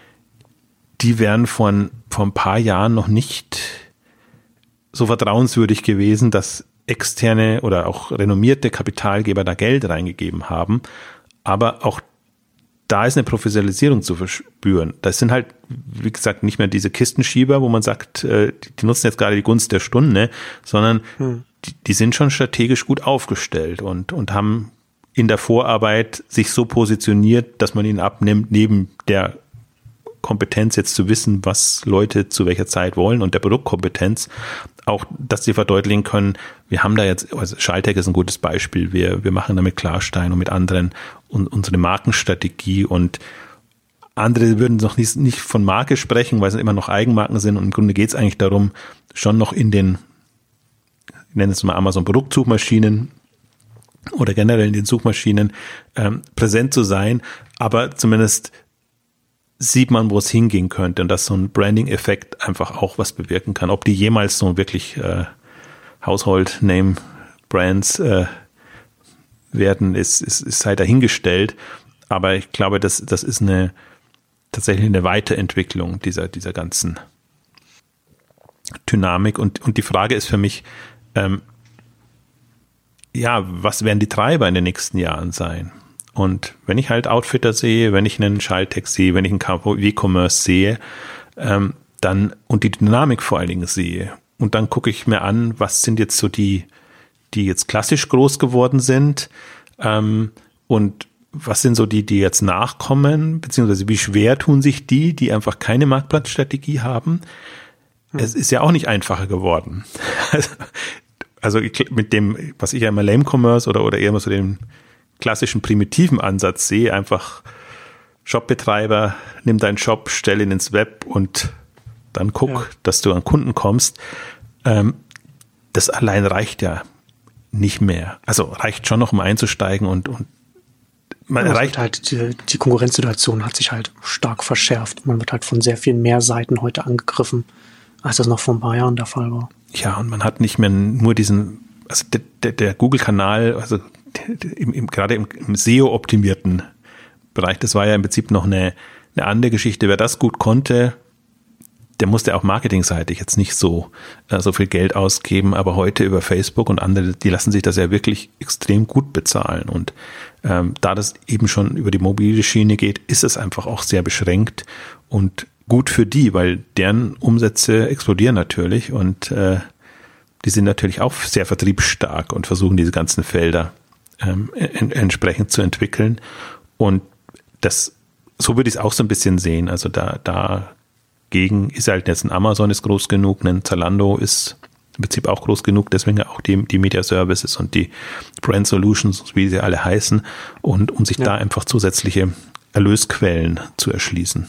Die wären vor ein paar Jahren noch nicht so vertrauenswürdig gewesen, dass externe oder auch renommierte Kapitalgeber da Geld reingegeben haben. Aber auch da ist eine Professionalisierung zu verspüren. Das sind halt, wie gesagt, nicht mehr diese Kistenschieber, wo man sagt, die nutzen jetzt gerade die Gunst der Stunde, sondern die sind schon strategisch gut aufgestellt und haben in der Vorarbeit sich so positioniert, dass man ihnen abnimmt, neben der Kompetenz jetzt zu wissen, was Leute zu welcher Zeit wollen und der Produktkompetenz, auch, dass sie verdeutlichen können, wir haben da jetzt, also Schaltec ist ein gutes Beispiel, wir machen da mit Klarstein und mit anderen unsere Markenstrategie und andere würden noch nicht von Marke sprechen, weil es immer noch Eigenmarken sind und im Grunde geht es eigentlich darum, schon noch in den, ich nenne es mal Amazon Produktsuchmaschinen oder generell in den Suchmaschinen präsent zu sein, aber zumindest sieht man, wo es hingehen könnte und dass so ein Branding-Effekt einfach auch was bewirken kann. Ob die jemals so wirklich Household-Name-Brands werden, ist halt dahingestellt. Aber ich glaube, das ist tatsächlich eine Weiterentwicklung dieser ganzen Dynamik. Und die Frage ist für mich, was werden die Treiber in den nächsten Jahren sein? Und wenn ich halt Outfitter sehe, wenn ich einen Schaltec sehe, wenn ich einen WooCommerce sehe, dann und die Dynamik vor allen Dingen sehe und dann gucke ich mir an, was sind jetzt so die jetzt klassisch groß geworden sind und was sind so die jetzt nachkommen, beziehungsweise wie schwer tun sich die einfach keine Marktplatzstrategie haben. Es ist ja auch nicht einfacher geworden. Also mit dem, was ich ja immer Lame Commerce oder eher mal so den klassischen primitiven Ansatz sehe, einfach Shopbetreiber, nimm deinen Shop, stell ihn ins Web und dann guck, dass du an Kunden kommst. Das allein reicht ja nicht mehr. Also reicht schon noch, um einzusteigen und man erreicht halt die Konkurrenzsituation hat sich halt stark verschärft. Man wird halt von sehr viel mehr Seiten heute angegriffen, als das noch vor ein paar Jahren der Fall war. Ja, und man hat nicht mehr nur diesen, also der Google-Kanal, also gerade im SEO-optimierten Bereich, das war ja im Prinzip noch eine andere Geschichte. Wer das gut konnte, der musste auch marketingseitig jetzt nicht so viel Geld ausgeben, aber heute über Facebook und andere, die lassen sich das ja wirklich extrem gut bezahlen. Und da das eben schon über die mobile Schiene geht, ist es einfach auch sehr beschränkt und gut für die, weil deren Umsätze explodieren natürlich und die sind natürlich auch sehr vertriebsstark und versuchen diese ganzen Felder entsprechend zu entwickeln. Und so würde ich es auch so ein bisschen sehen. Also dagegen ist halt jetzt ein Amazon ist groß genug, ein Zalando ist im Prinzip auch groß genug, deswegen auch die Media Services und die Brand Solutions, wie sie alle heißen, und um sich da einfach zusätzliche Erlösquellen zu erschließen.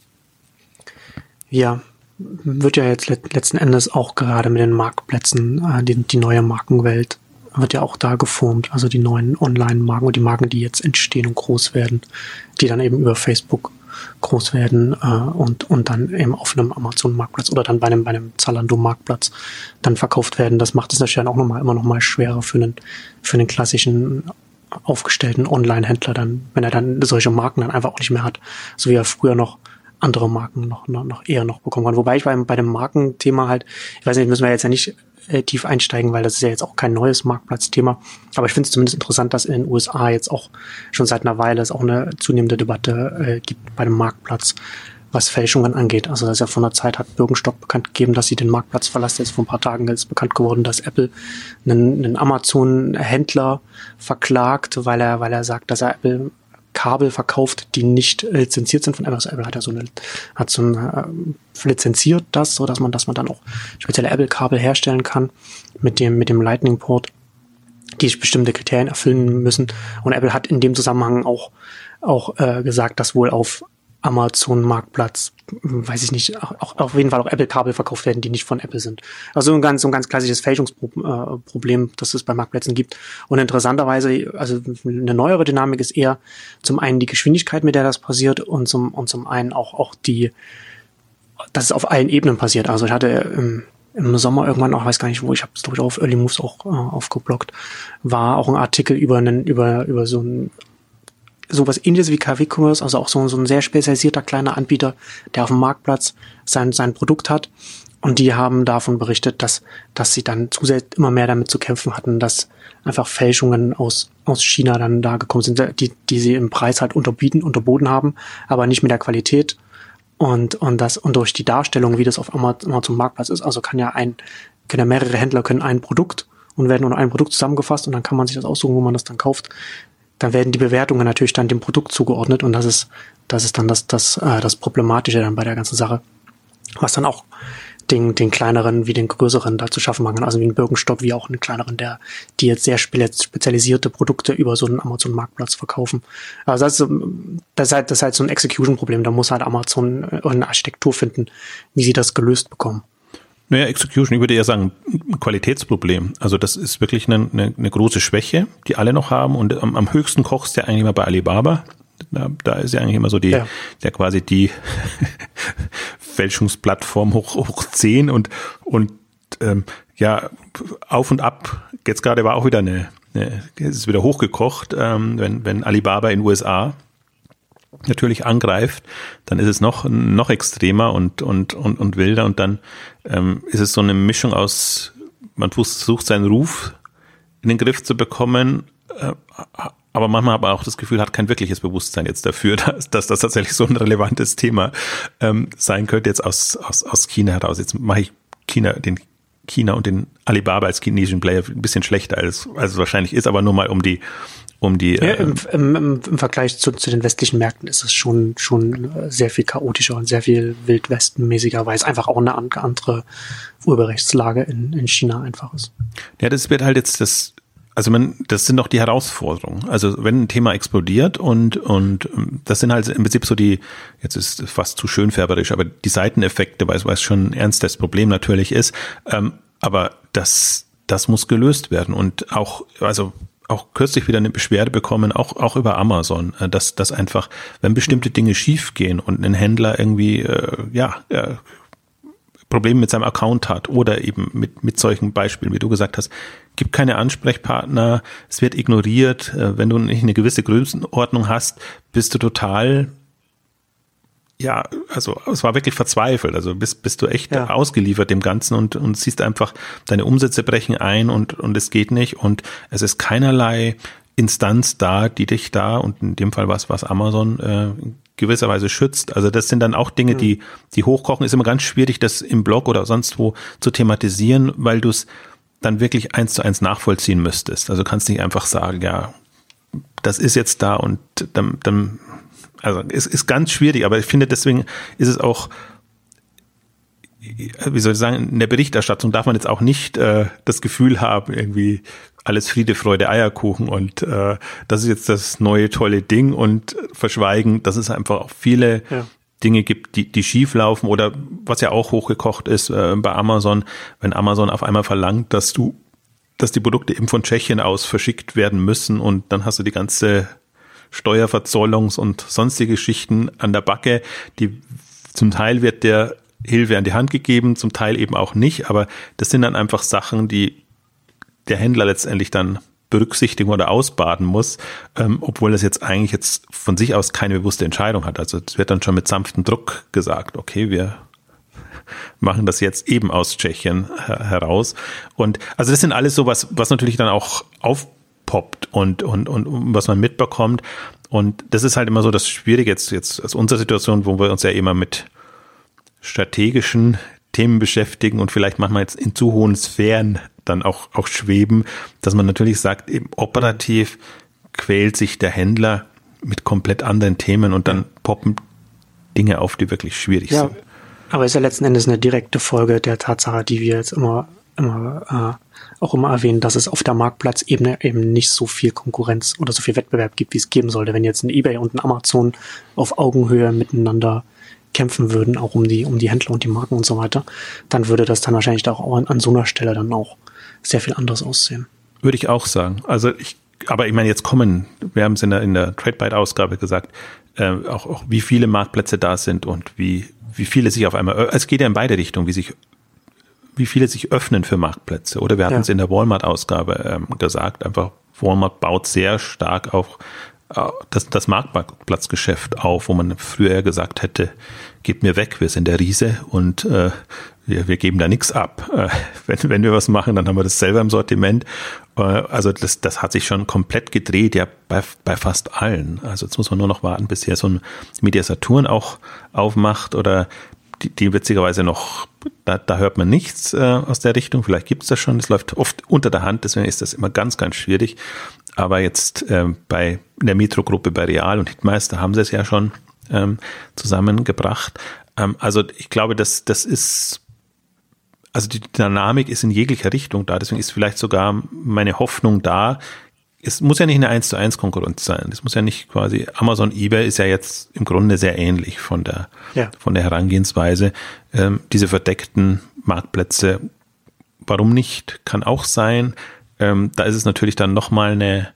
Ja, wird ja jetzt letzten Endes auch gerade mit den Marktplätzen, die neue Markenwelt wird ja auch da geformt, also die neuen Online-Marken und die Marken, die jetzt entstehen und groß werden, die dann eben über Facebook groß werden und dann eben auf einem Amazon-Marktplatz oder dann bei einem Zalando-Marktplatz dann verkauft werden. Das macht es natürlich dann auch immer noch mal schwerer für einen klassischen aufgestellten Online-Händler dann, wenn er dann solche Marken dann einfach auch nicht mehr hat, so wie er früher noch andere Marken noch eher noch bekommen kann. Wobei ich bei dem Markenthema halt, ich weiß nicht, müssen wir jetzt ja nicht tief einsteigen, weil das ist ja jetzt auch kein neues Marktplatzthema. Aber ich finde es zumindest interessant, dass in den USA jetzt auch schon seit einer Weile es auch eine zunehmende Debatte gibt bei dem Marktplatz, was Fälschungen angeht. Also das ist ja vor einer Zeit hat Birkenstock bekannt gegeben, dass sie den Marktplatz verlassen. Jetzt vor ein paar Tagen ist bekannt geworden, dass Apple einen Amazon-Händler verklagt, weil er sagt, dass er Apple Kabel verkauft, die nicht lizenziert sind von Apple. Also Apple hat lizenziert das, so dass man dann auch spezielle Apple-Kabel herstellen kann mit dem Lightning-Port, die bestimmte Kriterien erfüllen müssen. Und Apple hat in dem Zusammenhang auch gesagt, dass wohl auf Amazon-Marktplatz, weiß ich nicht, auch auf jeden Fall auch Apple-Kabel verkauft werden, die nicht von Apple sind. Also ein ganz klassisches Fälschungsproblem, das es bei Marktplätzen gibt. Und interessanterweise, also eine neuere Dynamik ist eher zum einen die Geschwindigkeit, mit der das passiert, und zum einen auch dass es auf allen Ebenen passiert. Also ich hatte im Sommer irgendwann auch, weiß gar nicht wo, ich habe es glaube ich auf Early Moves auch aufgeblockt, war auch ein Artikel über sowas ähnliches wie KW-Commerce, also auch so ein sehr spezialisierter kleiner Anbieter, der auf dem Marktplatz sein Produkt hat. Und die haben davon berichtet, dass sie dann zusätzlich immer mehr damit zu kämpfen hatten, dass einfach Fälschungen aus China dann da gekommen sind, die sie im Preis halt unterboten haben, aber nicht mit der Qualität. Und durch die Darstellung, wie das auf Amazon Marktplatz ist, also können ja mehrere Händler ein Produkt und werden unter einem Produkt zusammengefasst und dann kann man sich das aussuchen, wo man das dann kauft. Dann werden die Bewertungen natürlich dann dem Produkt zugeordnet und das ist dann das Problematische dann bei der ganzen Sache, was dann auch den kleineren wie den größeren da zu schaffen machen kann, also wie ein Birkenstock, wie auch einen kleineren, die jetzt sehr spezialisierte Produkte über so einen Amazon-Marktplatz verkaufen. Also das ist halt so ein Execution-Problem, da muss halt Amazon eine Architektur finden, wie sie das gelöst bekommen. Naja, Execution, ich würde eher sagen, Qualitätsproblem. Also das ist wirklich eine große Schwäche, die alle noch haben. Und am höchsten kochst du ja eigentlich immer bei Alibaba. Da ist ja eigentlich immer so der quasi die Fälschungsplattform hoch 10 und auf und ab. Jetzt gerade war auch wieder es ist wieder hochgekocht, wenn Alibaba in den USA natürlich angreift, dann ist es noch extremer und wilder und dann ist es so eine Mischung aus, man versucht seinen Ruf in den Griff zu bekommen, aber manchmal aber auch das Gefühl hat kein wirkliches Bewusstsein jetzt dafür, dass das tatsächlich so ein relevantes Thema sein könnte jetzt aus China heraus. Jetzt mache ich China und den Alibaba als chinesischen Player ein bisschen schlechter als es wahrscheinlich ist, aber nur mal um die im Vergleich zu den westlichen Märkten ist es schon sehr viel chaotischer und sehr viel wildwestenmäßiger, weil es einfach auch eine andere Urheberrechtslage in China einfach ist. Ja, das wird halt jetzt das sind doch die Herausforderungen. Also wenn ein Thema explodiert und das sind halt im Prinzip so jetzt ist es fast zu schönfärberisch, aber die Seiteneffekte, weil es schon ein ernstes Problem natürlich ist, aber das muss gelöst werden und auch kürzlich wieder eine Beschwerde bekommen, auch über Amazon, dass einfach, wenn bestimmte Dinge schiefgehen und ein Händler irgendwie Probleme mit seinem Account hat oder eben mit solchen Beispielen, wie du gesagt hast, gibt keine Ansprechpartner, es wird ignoriert. Wenn du nicht eine gewisse Größenordnung hast, bist du total, ja, also es war wirklich verzweifelt. Also bist du echt ausgeliefert dem Ganzen und siehst einfach, deine Umsätze brechen ein und es geht nicht und es ist keinerlei Instanz da, die dich da, und in dem Fall was Amazon gewisserweise schützt. Also das sind dann auch Dinge, die hochkochen. Ist immer ganz schwierig, das im Blog oder sonst wo zu thematisieren, weil du es dann wirklich 1:1 nachvollziehen müsstest. Also kannst nicht einfach sagen, ja, das ist jetzt da und dann also es ist ganz schwierig, aber ich finde, deswegen ist es auch, wie soll ich sagen, in der Berichterstattung darf man jetzt auch nicht das Gefühl haben, irgendwie alles Friede, Freude, Eierkuchen und das ist jetzt das neue tolle Ding und verschweigen, dass es einfach auch viele Dinge gibt, die schief laufen, oder was ja auch hochgekocht ist bei Amazon, wenn Amazon auf einmal verlangt, dass die Produkte eben von Tschechien aus verschickt werden müssen und dann hast du die ganze Steuerverzollungs- und sonstige Geschichten an der Backe, die zum Teil wird der Hilfe an die Hand gegeben, zum Teil eben auch nicht, aber das sind dann einfach Sachen, die der Händler letztendlich dann berücksichtigen oder ausbaden muss, obwohl das jetzt eigentlich jetzt von sich aus keine bewusste Entscheidung hat. Also es wird dann schon mit sanftem Druck gesagt, okay, wir machen das jetzt eben aus Tschechien heraus. Und also das sind alles so was natürlich dann auch aufpoppt und was man mitbekommt. Und das ist halt immer so das Schwierige jetzt aus unserer Situation, wo wir uns ja immer mit strategischen Themen beschäftigen und vielleicht manchmal jetzt in zu hohen Sphären dann auch schweben, dass man natürlich sagt, eben operativ quält sich der Händler mit komplett anderen Themen und dann poppen Dinge auf, die wirklich schwierig sind. Aber ist ja letzten Endes eine direkte Folge der Tatsache, die wir jetzt immer erwähnen, dass es auf der Marktplatzebene eben nicht so viel Konkurrenz oder so viel Wettbewerb gibt, wie es geben sollte. Wenn jetzt ein eBay und ein Amazon auf Augenhöhe miteinander kämpfen würden, auch um die Händler und die Marken und so weiter, dann würde das dann wahrscheinlich auch an so einer Stelle dann auch sehr viel anderes aussehen. Würde ich auch sagen. Aber ich meine, jetzt wir haben es in der TradeByte-Ausgabe gesagt, auch wie viele Marktplätze da sind und wie viele sich auf einmal, es geht ja in beide Richtungen, wie viele sich öffnen für Marktplätze. Oder wir hatten es in der Walmart-Ausgabe gesagt, einfach Walmart baut sehr stark auch das Marktplatzgeschäft auf, wo man früher gesagt hätte, gebt mir weg, wir sind der Riese und wir geben da nichts ab. Wenn wir was machen, dann haben wir das selber im Sortiment. Also das hat sich schon komplett gedreht, ja, bei fast allen. Also jetzt muss man nur noch warten, bis hier so ein Media Saturn auch aufmacht oder die witzigerweise noch, da hört man nichts aus der Richtung. Vielleicht gibt es das schon, das läuft oft unter der Hand, deswegen ist das immer ganz, ganz schwierig. Aber jetzt in der Metro-Gruppe bei Real und Hitmeister haben sie es ja schon zusammengebracht. Also ich glaube, das ist, also die Dynamik ist in jeglicher Richtung da. Deswegen ist vielleicht sogar meine Hoffnung da. Es muss ja nicht eine 1:1 Konkurrenz sein. Das muss ja nicht quasi, Amazon, eBay ist ja jetzt im Grunde sehr ähnlich von der Herangehensweise. Diese verdeckten Marktplätze, warum nicht? Kann auch sein. Da ist es natürlich dann nochmal eine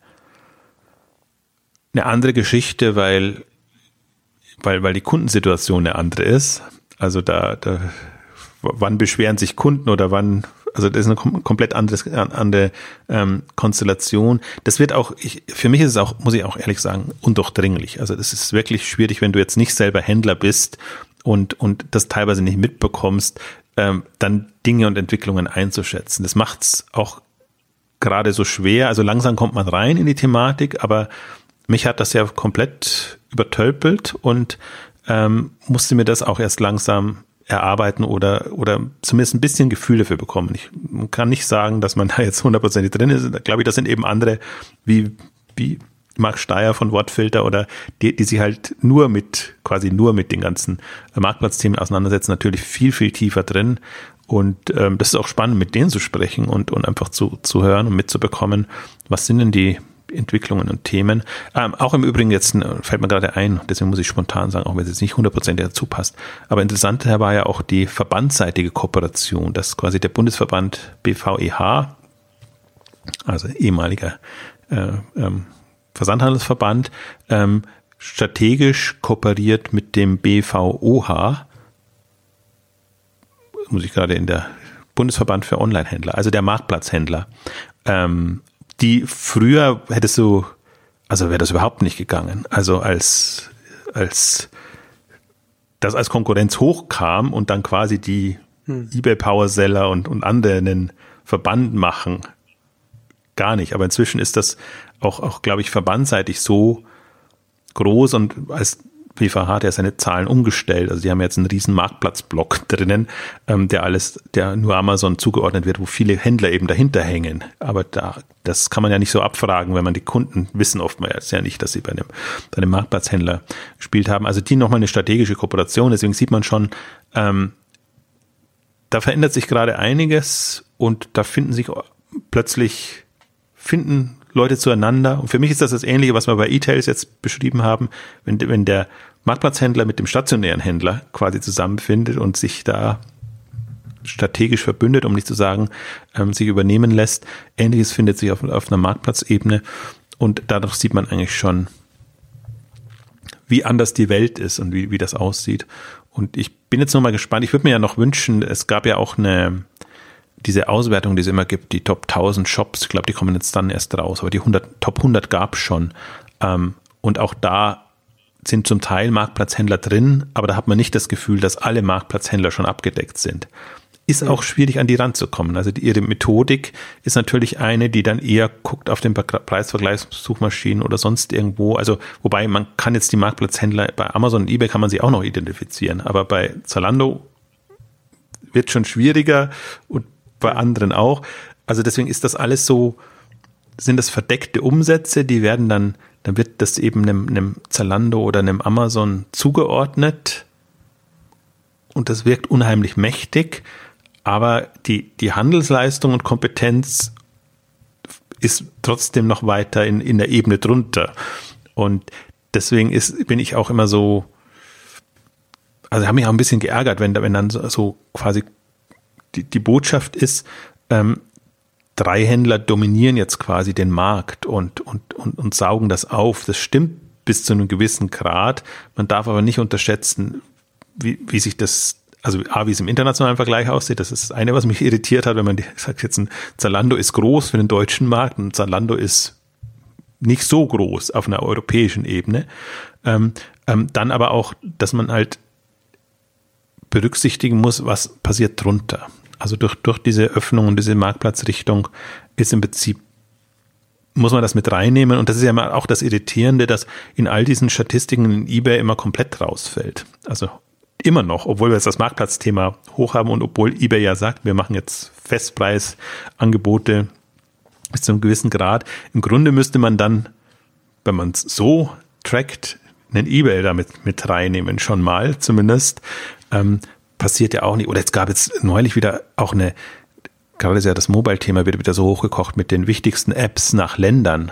andere Geschichte, weil die Kundensituation eine andere ist. Also wann beschweren sich Kunden oder also das ist eine komplett andere Konstellation. Das wird auch, für mich ist es auch, muss ich auch ehrlich sagen, undurchdringlich. Also das ist wirklich schwierig, wenn du jetzt nicht selber Händler bist und das teilweise nicht mitbekommst, dann Dinge und Entwicklungen einzuschätzen. Das macht's auch gerade so schwer. Also langsam kommt man rein in die Thematik, aber mich hat das ja komplett übertölpelt und musste mir das auch erst langsam erarbeiten oder zumindest ein bisschen Gefühl dafür bekommen. Ich kann nicht sagen, dass man da jetzt 100% drin ist. Da glaube ich, das sind eben andere wie Marc Steyer von Wortfilter oder die sich halt nur mit den ganzen Marktplatzthemen auseinandersetzen, natürlich viel, viel tiefer drin. Und das ist auch spannend, mit denen zu sprechen und einfach zu hören und mitzubekommen, was sind denn die Entwicklungen und Themen. Auch im Übrigen jetzt fällt mir gerade ein, deswegen muss ich spontan sagen, auch wenn es jetzt nicht 100% dazu passt, aber interessant war ja auch die verbandsseitige Kooperation, dass quasi der Bundesverband BVEH, also ehemaliger Versandhandelsverband, strategisch kooperiert mit dem BVOH, muss ich gerade in der Bundesverband für Onlinehändler, also der Marktplatzhändler, die früher wäre das überhaupt nicht gegangen. Also als das als Konkurrenz hochkam und dann quasi die eBay Powerseller und andere einen Verband machen, gar nicht. Aber inzwischen ist das auch glaube ich, verbandseitig so groß und als PVH hat ja seine Zahlen umgestellt. Also die haben jetzt einen riesen Marktplatzblock drinnen, der nur Amazon zugeordnet wird, wo viele Händler eben dahinter hängen. Aber das kann man ja nicht so abfragen, wenn man die Kunden wissen oftmals ja nicht, dass sie bei einem Marktplatzhändler gespielt haben. Also die nochmal eine strategische Kooperation. Deswegen sieht man schon, da verändert sich gerade einiges und da finden Leute zueinander. Und für mich ist das Ähnliche, was wir bei E-Tails jetzt beschrieben haben, wenn der Marktplatzhändler mit dem stationären Händler quasi zusammenfindet und sich da strategisch verbündet, um nicht zu sagen, sich übernehmen lässt. Ähnliches findet sich auf einer Marktplatzebene und dadurch sieht man eigentlich schon, wie anders die Welt ist und wie das aussieht. Und ich bin jetzt nochmal gespannt. Ich würde mir ja noch wünschen, es gab ja auch diese Auswertung, die es immer gibt, die Top 1000 Shops, ich glaube, die kommen jetzt dann erst raus, aber die Top 100 gab es schon. Und auch da sind zum Teil Marktplatzhändler drin, aber da hat man nicht das Gefühl, dass alle Marktplatzhändler schon abgedeckt sind. Ist auch schwierig, an die ranzukommen. Also ihre Methodik ist natürlich eine, die dann eher guckt auf den Preisvergleichssuchmaschinen oder sonst irgendwo. Also, wobei man kann jetzt die Marktplatzhändler bei Amazon und eBay kann man sie auch noch identifizieren, aber bei Zalando wird schon schwieriger und bei anderen auch. Also deswegen ist das alles so, sind das verdeckte Umsätze, die werden dann wird das eben einem Zalando oder einem Amazon zugeordnet und das wirkt unheimlich mächtig, aber die Handelsleistung und Kompetenz ist trotzdem noch weiter in der Ebene drunter. Und deswegen bin ich auch immer so, also habe mich auch ein bisschen geärgert, wenn dann so quasi die Botschaft ist, 3 Händler dominieren jetzt quasi den Markt und saugen das auf. Das stimmt bis zu einem gewissen Grad. Man darf aber nicht unterschätzen, wie sich das, also wie es im internationalen Vergleich aussieht. Das ist das eine, was mich irritiert hat, wenn man sagt, jetzt ein Zalando ist groß für den deutschen Markt und Zalando ist nicht so groß auf einer europäischen Ebene. Dann aber auch, dass man halt berücksichtigen muss, was passiert drunter. Also durch diese Öffnung und diese Marktplatzrichtung ist im Prinzip, muss man das mit reinnehmen. Und das ist ja immer auch das Irritierende, dass in all diesen Statistiken in eBay immer komplett rausfällt. Also immer noch, obwohl wir jetzt das Marktplatzthema hoch haben und obwohl eBay ja sagt, wir machen jetzt Festpreisangebote bis zu einem gewissen Grad. Im Grunde müsste man dann, wenn man es so trackt, einen eBay damit mit reinnehmen, schon mal zumindest. Passiert ja auch nicht. Oder jetzt gab es neulich wieder auch gerade ist ja das Mobile-Thema wird wieder so hochgekocht mit den wichtigsten Apps nach Ländern,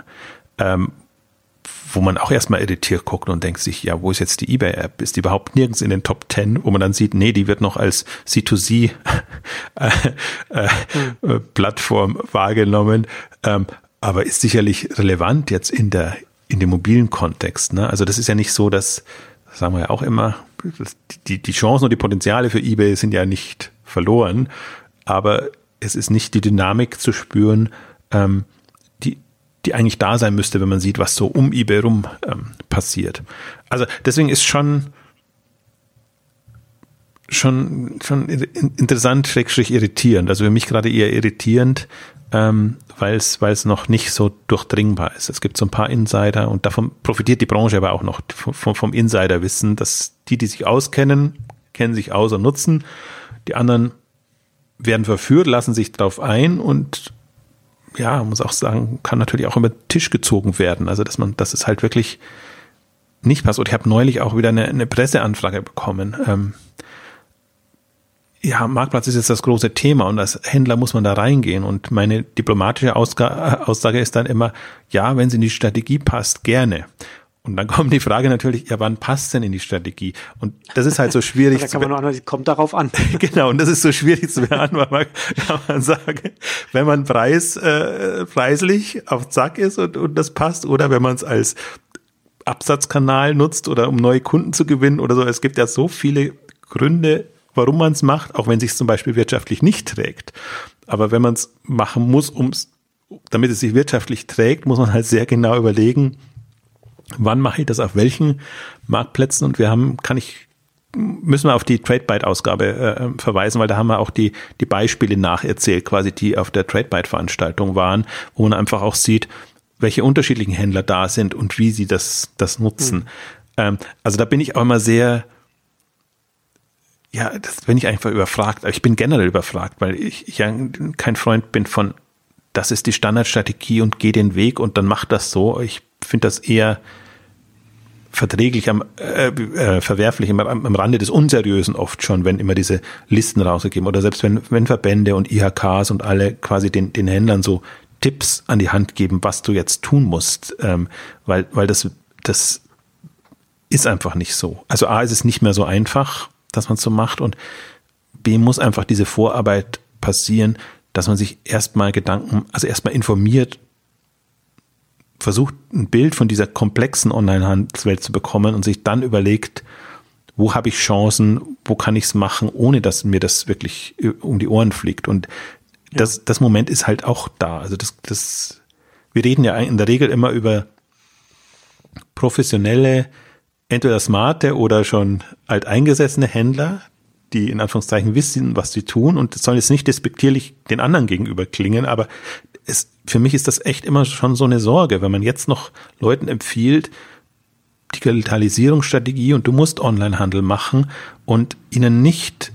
wo man auch erstmal irritiert guckt und denkt sich, ja, wo ist jetzt die eBay-App? Ist die überhaupt nirgends in den Top 10, wo man dann sieht, nee, die wird noch als C2C Plattform wahrgenommen, aber ist sicherlich relevant jetzt in dem mobilen Kontext. Ne? Also das ist ja nicht so, das sagen wir ja auch immer, die Chancen und die Potenziale für eBay sind ja nicht verloren, aber es ist nicht die Dynamik zu spüren, die eigentlich da sein müsste, wenn man sieht, was so um eBay rum passiert. Also deswegen ist schon interessant, schrägstrich irritierend. Also für mich gerade eher irritierend, weil es noch nicht so durchdringbar ist. Es gibt so ein paar Insider und davon profitiert die Branche aber auch noch vom Insiderwissen, dass die sich auskennen, kennen sich aus und nutzen. Die anderen werden verführt, lassen sich drauf ein und ja, muss auch sagen, kann natürlich auch über den Tisch gezogen werden. Also dass es halt wirklich nicht passt. Und ich habe neulich auch wieder eine Presseanfrage bekommen. Ja, Marktplatz ist jetzt das große Thema und als Händler muss man da reingehen. Und meine diplomatische Aussage ist dann immer, ja, wenn es in die Strategie passt, gerne. Und dann kommt die Frage natürlich, ja, wann passt denn in die Strategie? Und das ist halt so schwierig. Da kann man nur kommt darauf an. Genau, und das ist so schwierig zu beantworten, kann man sagen, wenn man preislich auf Zack ist und das passt, oder wenn man es als Absatzkanal nutzt oder um neue Kunden zu gewinnen oder so. Es gibt ja so viele Gründe, warum man es macht, auch wenn es sich zum Beispiel wirtschaftlich nicht trägt. Aber wenn man es machen muss, um damit es sich wirtschaftlich trägt, muss man halt sehr genau überlegen, wann mache ich das auf welchen Marktplätzen, und müssen wir auf die TradeByte-Ausgabe verweisen, weil da haben wir auch die Beispiele nacherzählt, quasi die auf der TradeByte-Veranstaltung waren, wo man einfach auch sieht, welche unterschiedlichen Händler da sind und wie sie das nutzen. Also da bin ich auch immer sehr, das bin ich einfach überfragt. Aber ich bin generell überfragt, weil ich ja kein Freund bin von, das ist die Standardstrategie und geh den Weg und dann mach das so. Ich finde das eher verträglich, verwerflich am Rande des Unseriösen oft schon, wenn immer diese Listen rausgegeben oder selbst wenn Verbände und IHKs und alle quasi den Händlern so Tipps an die Hand geben, was du jetzt tun musst, weil das ist einfach nicht so. Also A, ist es nicht mehr so einfach, dass man es so macht, und B, muss einfach diese Vorarbeit passieren, dass man sich erstmal informiert, versucht, ein Bild von dieser komplexen Online-Handelswelt zu bekommen und sich dann überlegt, wo habe ich Chancen, wo kann ich es machen, ohne dass mir das wirklich um die Ohren fliegt. Und das Moment ist halt auch da. Also wir reden ja in der Regel immer über professionelle, entweder smarte oder schon alteingesessene Händler, die in Anführungszeichen wissen, was sie tun, und das soll jetzt nicht despektierlich den anderen gegenüber klingen, aber für mich ist das echt immer schon so eine Sorge, wenn man jetzt noch Leuten empfiehlt, Digitalisierungsstrategie und du musst Onlinehandel machen und ihnen nicht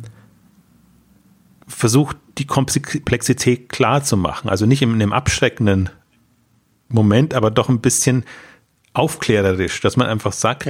versucht, die Komplexität klar zu machen. Also nicht in einem abschreckenden Moment, aber doch ein bisschen aufklärerisch, dass man einfach sagt,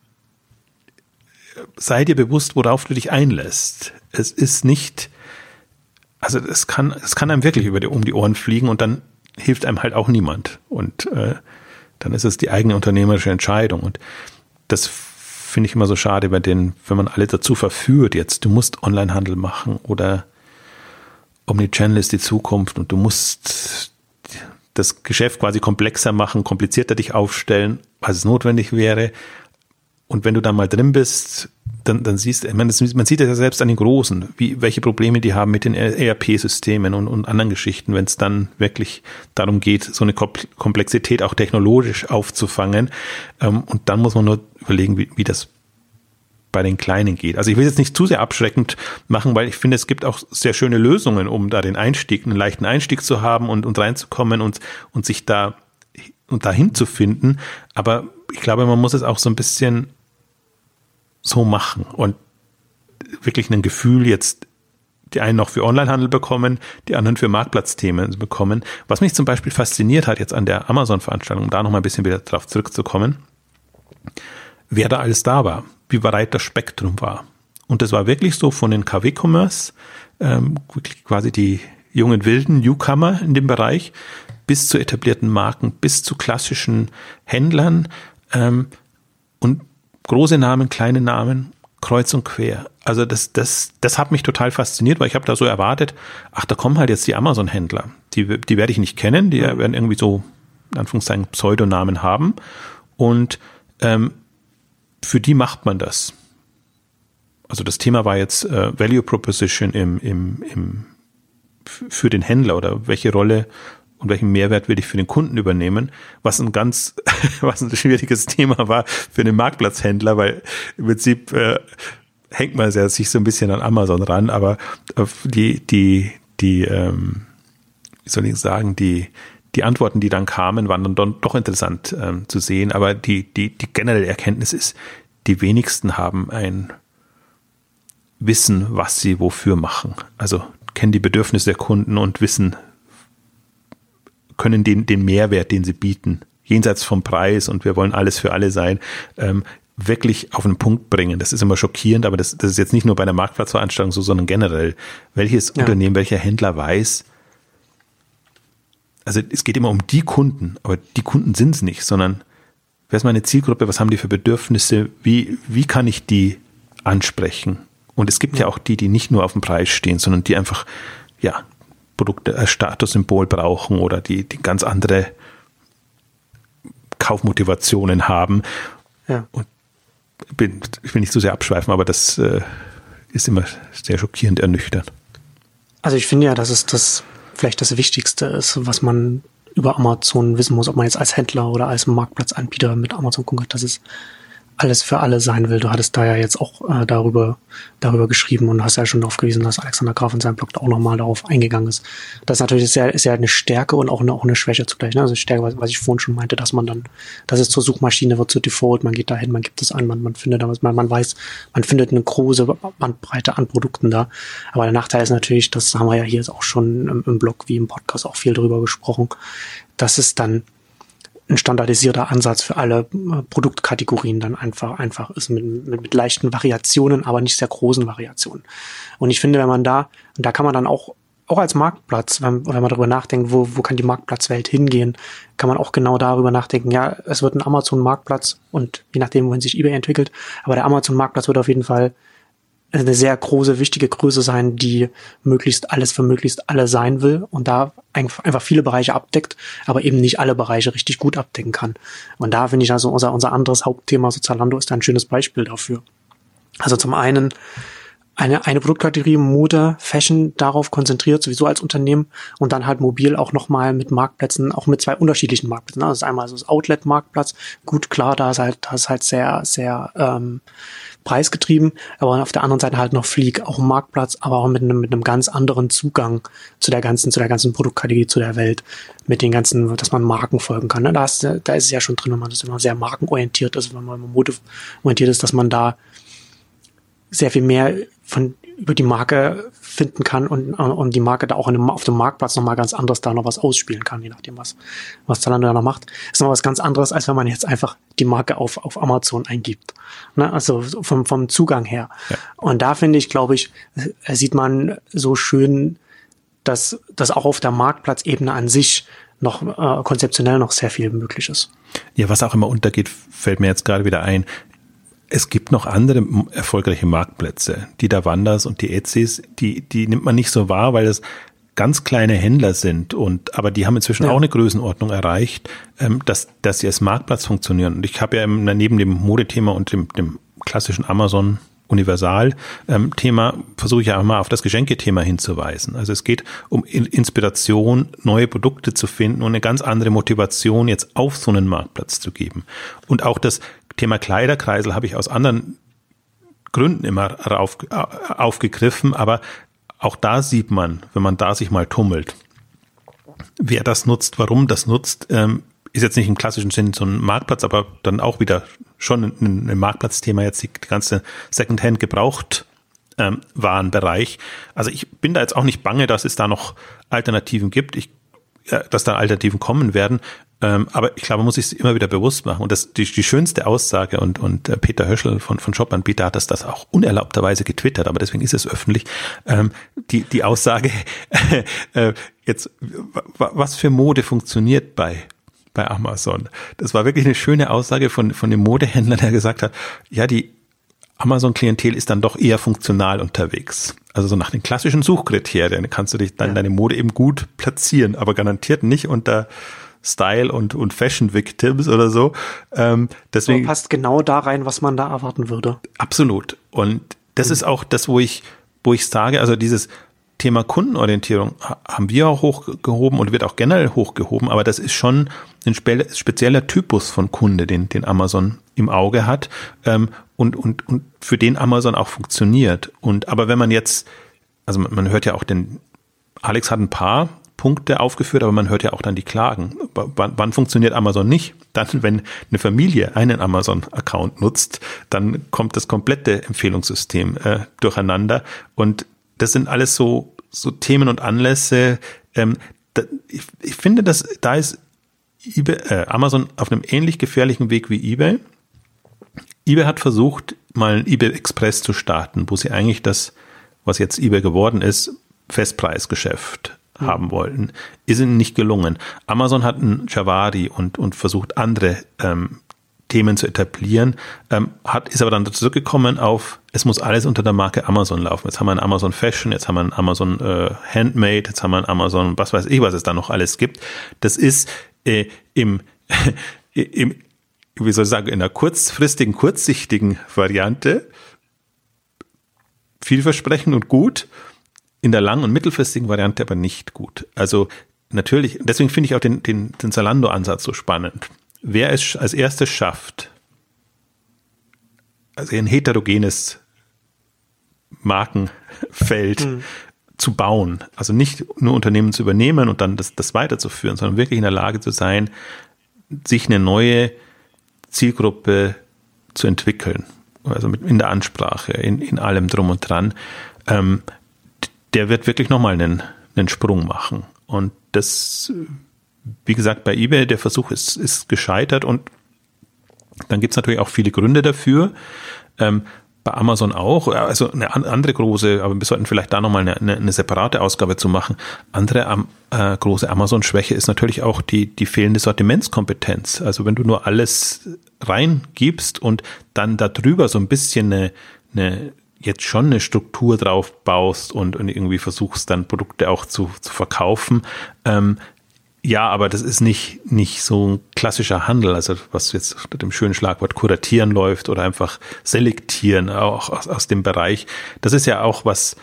sei dir bewusst, worauf du dich einlässt. Es ist nicht, also es kann einem wirklich um die Ohren fliegen und dann hilft einem halt auch niemand. Und dann ist es die eigene unternehmerische Entscheidung. Und das finde ich immer so schade, wenn man alle dazu verführt, jetzt, du musst Onlinehandel machen oder Omnichannel ist die Zukunft und du musst das Geschäft quasi komplexer machen, komplizierter dich aufstellen, als es notwendig wäre. Und wenn du dann mal drin bist, dann siehst du, man sieht das ja selbst an den Großen, welche Probleme die haben mit den ERP-Systemen und anderen Geschichten, wenn es dann wirklich darum geht, so eine Komplexität auch technologisch aufzufangen. Und dann muss man nur überlegen, wie das bei den Kleinen geht. Also ich will jetzt nicht zu sehr abschreckend machen, weil ich finde, es gibt auch sehr schöne Lösungen, um da einen leichten Einstieg zu haben und reinzukommen und sich da und dahin zu finden. Aber ich glaube, man muss es auch so ein bisschen so machen und wirklich ein Gefühl jetzt, die einen noch für Onlinehandel bekommen, die anderen für Marktplatzthemen bekommen. Was mich zum Beispiel fasziniert hat jetzt an der Amazon-Veranstaltung, um da noch mal ein bisschen wieder drauf zurückzukommen, wer da alles da war, wie breit das Spektrum war. Und das war wirklich so von den KW-Commerce, wirklich quasi die jungen wilden Newcomer in dem Bereich, bis zu etablierten Marken, bis zu klassischen Händlern und große Namen, kleine Namen, kreuz und quer. Also das hat mich total fasziniert, weil ich habe da so erwartet, da kommen halt jetzt die Amazon-Händler. Die werde ich nicht kennen, die werden irgendwie so, in Anführungszeichen, Pseudonamen haben. Und für die macht man das. Also das Thema war jetzt Value Proposition für den Händler oder welche Rolle und welchen Mehrwert will ich für den Kunden übernehmen, was ein schwieriges Thema war für den Marktplatzhändler, weil im Prinzip hängt man sich so ein bisschen an Amazon ran, aber wie soll ich sagen, die Antworten, die dann kamen, waren dann doch interessant zu sehen, aber die generelle Erkenntnis ist, die wenigsten haben ein Wissen, was sie wofür machen. Also kennen die Bedürfnisse der Kunden und können den Mehrwert, den sie bieten, jenseits vom Preis und wir wollen alles für alle sein, wirklich auf den Punkt bringen. Das ist immer schockierend, aber das ist jetzt nicht nur bei einer Marktplatzveranstaltung so, sondern generell. Welches Unternehmen, welcher Händler weiß, also es geht immer um die Kunden, aber die Kunden sind es nicht, sondern wer ist meine Zielgruppe, was haben die für Bedürfnisse, wie kann ich die ansprechen? Und es gibt ja auch die nicht nur auf dem Preis stehen, sondern die einfach, Produkte als Statussymbol brauchen oder die ganz andere Kaufmotivationen haben. Ja. Und ich will nicht zu sehr abschweifen, aber das ist immer sehr schockierend ernüchternd. Also ich finde ja, dass es das vielleicht das Wichtigste ist, was man über Amazon wissen muss, ob man jetzt als Händler oder als Marktplatzanbieter mit Amazon konkurriert, dass es alles für alle sein will. Du hattest da ja jetzt auch darüber geschrieben und hast ja schon darauf gewiesen, dass Alexander Graf in seinem Blog da auch nochmal darauf eingegangen ist. Das ist natürlich ist ja eine Stärke und auch eine Schwäche zugleich. Ne? Also Stärke, was ich vorhin schon meinte, dass es zur Suchmaschine wird, zur Default, man geht da hin, man gibt es an, man findet da was, man weiß, man findet eine große Bandbreite an Produkten da. Aber der Nachteil ist natürlich, das haben wir ja hier jetzt auch schon im Blog wie im Podcast auch viel drüber gesprochen, dass es dann ein standardisierter Ansatz für alle Produktkategorien dann einfach ist, mit leichten Variationen, aber nicht sehr großen Variationen. Und ich finde, wenn man da kann man dann auch als Marktplatz, wenn man darüber nachdenkt, wo kann die Marktplatzwelt hingehen, kann man auch genau darüber nachdenken, ja, es wird ein Amazon-Marktplatz und je nachdem, wohin sich eBay entwickelt, aber der Amazon-Marktplatz wird auf jeden Fall eine sehr große, wichtige Größe sein, die möglichst alles für möglichst alle sein will und da einfach viele Bereiche abdeckt, aber eben nicht alle Bereiche richtig gut abdecken kann. Und da finde ich also unser anderes Hauptthema, so Zalando, ist da ein schönes Beispiel dafür. Also zum einen eine Produktkategorie Mode, Fashion darauf konzentriert, sowieso als Unternehmen und dann halt mobil auch nochmal mit Marktplätzen, auch mit zwei unterschiedlichen Marktplätzen. Das ist einmal so das Outlet-Marktplatz. Gut, klar, da ist halt sehr, sehr preisgetrieben, aber auf der anderen Seite halt noch Fleek, auch ein Marktplatz, aber auch mit einem ganz anderen Zugang zu der ganzen Produktkategorie, zu der Welt, mit den ganzen, dass man Marken folgen kann. Da ist es ja schon drin, wenn man das immer sehr markenorientiert ist, wenn man modeorientiert ist, dass man da sehr viel mehr über die Marke finden kann und die Marke da auch auf dem Marktplatz nochmal ganz anderes da noch was ausspielen kann, je nachdem, was Zalando da noch macht. Ist noch was ganz anderes, als wenn man jetzt einfach die Marke auf Amazon eingibt. Ne? Also vom Zugang her. Ja. Und da finde ich, glaube ich, sieht man so schön, dass auch auf der Marktplatzebene an sich noch konzeptionell noch sehr viel möglich ist. Ja, was auch immer untergeht, fällt mir jetzt gerade wieder ein. Es gibt noch andere erfolgreiche Marktplätze. Die Davandas und die Etsy's, die nimmt man nicht so wahr, weil das ganz kleine Händler sind aber die haben inzwischen auch eine Größenordnung erreicht, dass sie als Marktplatz funktionieren. Und ich habe ja neben dem Modethema und dem klassischen Amazon Universal-Thema versuche ich ja auch mal auf das Geschenkethema hinzuweisen. Also es geht um Inspiration, neue Produkte zu finden und eine ganz andere Motivation jetzt auf so einen Marktplatz zu geben. Und auch das Thema Kleiderkreisel habe ich aus anderen Gründen immer aufgegriffen, aber auch da sieht man, wenn man da sich mal tummelt, wer das nutzt, warum das nutzt, ist jetzt nicht im klassischen Sinn so ein Marktplatz, aber dann auch wieder schon ein Marktplatzthema, jetzt die ganze Secondhand gebraucht Warenbereich. Also ich bin da jetzt auch nicht bange, dass es da noch Alternativen gibt, dass da Alternativen kommen werden. Aber ich glaube, man muss sich immer wieder bewusst machen. Und die schönste Aussage und Peter Höschel von Shopanbieter hat das auch unerlaubterweise getwittert, aber deswegen ist es öffentlich. Die Aussage, jetzt, was für Mode funktioniert bei Amazon? Das war wirklich eine schöne Aussage von dem Modehändler, der gesagt hat, ja, die Amazon-Klientel ist dann doch eher funktional unterwegs. Also so nach den klassischen Suchkriterien kannst du deine Mode eben gut platzieren, aber garantiert nicht unter Style und Fashion Victims oder so. Deswegen passt genau da rein, was man da erwarten würde. Absolut. Und das ist auch das, wo ich sage, also dieses Thema Kundenorientierung haben wir auch hochgehoben und wird auch generell hochgehoben, aber das ist schon ein spezieller Typus von Kunde, den Amazon im Auge hat und für den Amazon auch funktioniert. Aber wenn man jetzt, also man hört ja auch Alex hat ein paar Punkte aufgeführt, aber man hört ja auch dann die Klagen. Wann funktioniert Amazon nicht? Dann, wenn eine Familie einen Amazon-Account nutzt, dann kommt das komplette Empfehlungssystem durcheinander. Und das sind alles so Themen und Anlässe. Ich finde, dass da ist Amazon auf einem ähnlich gefährlichen Weg wie eBay. eBay hat versucht, mal ein eBay Express zu starten, wo sie eigentlich das, was jetzt eBay geworden ist, Festpreisgeschäft haben wollten. Ist ihnen nicht gelungen. Amazon hat ein Javari und versucht andere Themen zu etablieren, ist aber dann zurückgekommen auf, es muss alles unter der Marke Amazon laufen. Jetzt haben wir ein Amazon Fashion, jetzt haben wir ein Amazon Handmade, jetzt haben wir ein Amazon, was weiß ich, was es da noch alles gibt. Das ist wie soll ich sagen, in einer kurzsichtigen Variante vielversprechend und gut. in der lang- und mittelfristigen Variante aber nicht gut. Also natürlich, deswegen finde ich auch den Zalando-Ansatz so spannend. Wer es als erstes schafft, also ein heterogenes Markenfeld zu bauen, also nicht nur Unternehmen zu übernehmen und dann das weiterzuführen, sondern wirklich in der Lage zu sein, sich eine neue Zielgruppe zu entwickeln, also in der Ansprache, in allem drum und dran, der wird wirklich nochmal einen Sprung machen. Und das, wie gesagt, bei eBay, der Versuch ist gescheitert und dann gibt es natürlich auch viele Gründe dafür. Bei Amazon auch, also eine andere große, aber wir sollten vielleicht da nochmal eine separate Ausgabe zu machen. Andere große Amazon-Schwäche ist natürlich auch die fehlende Sortimentskompetenz. Also wenn du nur alles reingibst und dann darüber so ein bisschen jetzt schon eine Struktur drauf baust und irgendwie versuchst dann Produkte auch zu verkaufen, ja, aber das ist nicht so ein klassischer Handel, also was jetzt unter dem schönen Schlagwort kuratieren läuft oder einfach selektieren, auch aus dem Bereich. Das ist ja auch was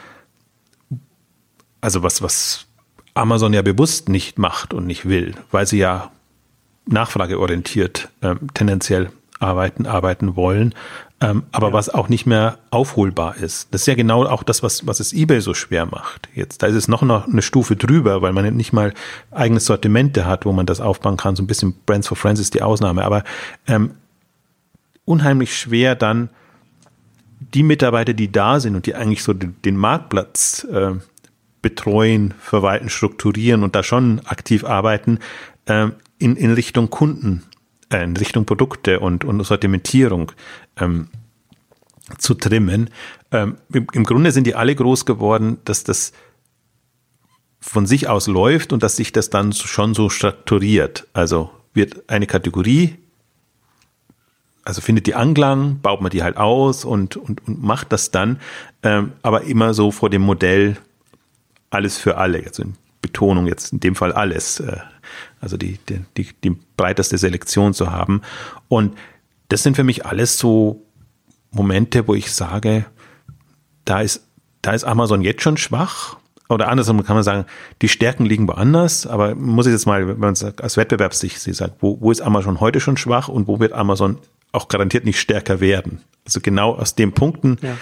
Amazon ja bewusst nicht macht und nicht will, weil sie ja nachfrageorientiert tendenziell arbeiten wollen, aber was auch nicht mehr aufholbar ist. Das ist ja genau auch das, was es eBay so schwer macht. Jetzt, da ist es noch eine Stufe drüber, weil man nicht mal eigenes Sortimente hat, wo man das aufbauen kann. So ein bisschen Brands for Friends ist die Ausnahme, aber unheimlich schwer dann die Mitarbeiter, die da sind und die eigentlich so den Marktplatz betreuen, verwalten, strukturieren und da schon aktiv arbeiten, in Richtung Kunden, in Richtung Produkte und Sortimentierung zu trimmen. Im Grunde sind die alle groß geworden, dass das von sich aus läuft und dass sich das dann schon so strukturiert. Also wird eine Kategorie, also findet die Anklang, baut man die halt aus und macht das dann, aber immer so vor dem Modell alles für alle, also in Betonung jetzt in dem Fall alles, also die breiteste Selektion zu haben. Und das sind für mich alles so Momente, wo ich sage, da ist Amazon jetzt schon schwach. Oder andersrum kann man sagen, die Stärken liegen woanders, aber man muss jetzt mal, wenn man es aus Wettbewerbssicht sagt, wo ist Amazon heute schon schwach und wo wird Amazon auch garantiert nicht stärker werden? Also genau aus den Punkten, ja.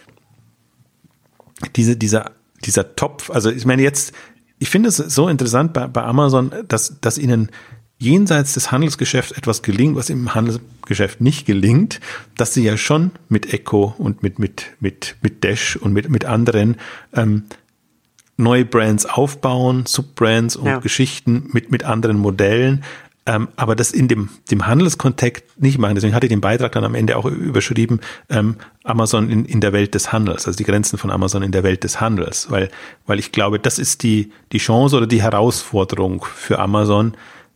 Dieser Topf, also ich meine jetzt, ich finde es so interessant bei Amazon, dass ihnen jenseits des Handelsgeschäfts etwas gelingt, was im Handelsgeschäft nicht gelingt, dass sie ja schon mit Echo und mit Dash und mit anderen neue Brands aufbauen, Subbrands und Geschichten mit anderen Modellen, aber das in dem Handelskontext nicht machen. Deswegen hatte ich den Beitrag dann am Ende auch überschrieben, Amazon in der Welt des Handels, also die Grenzen von Amazon in der Welt des Handels, weil ich glaube, das ist die Chance oder die Herausforderung für Amazon.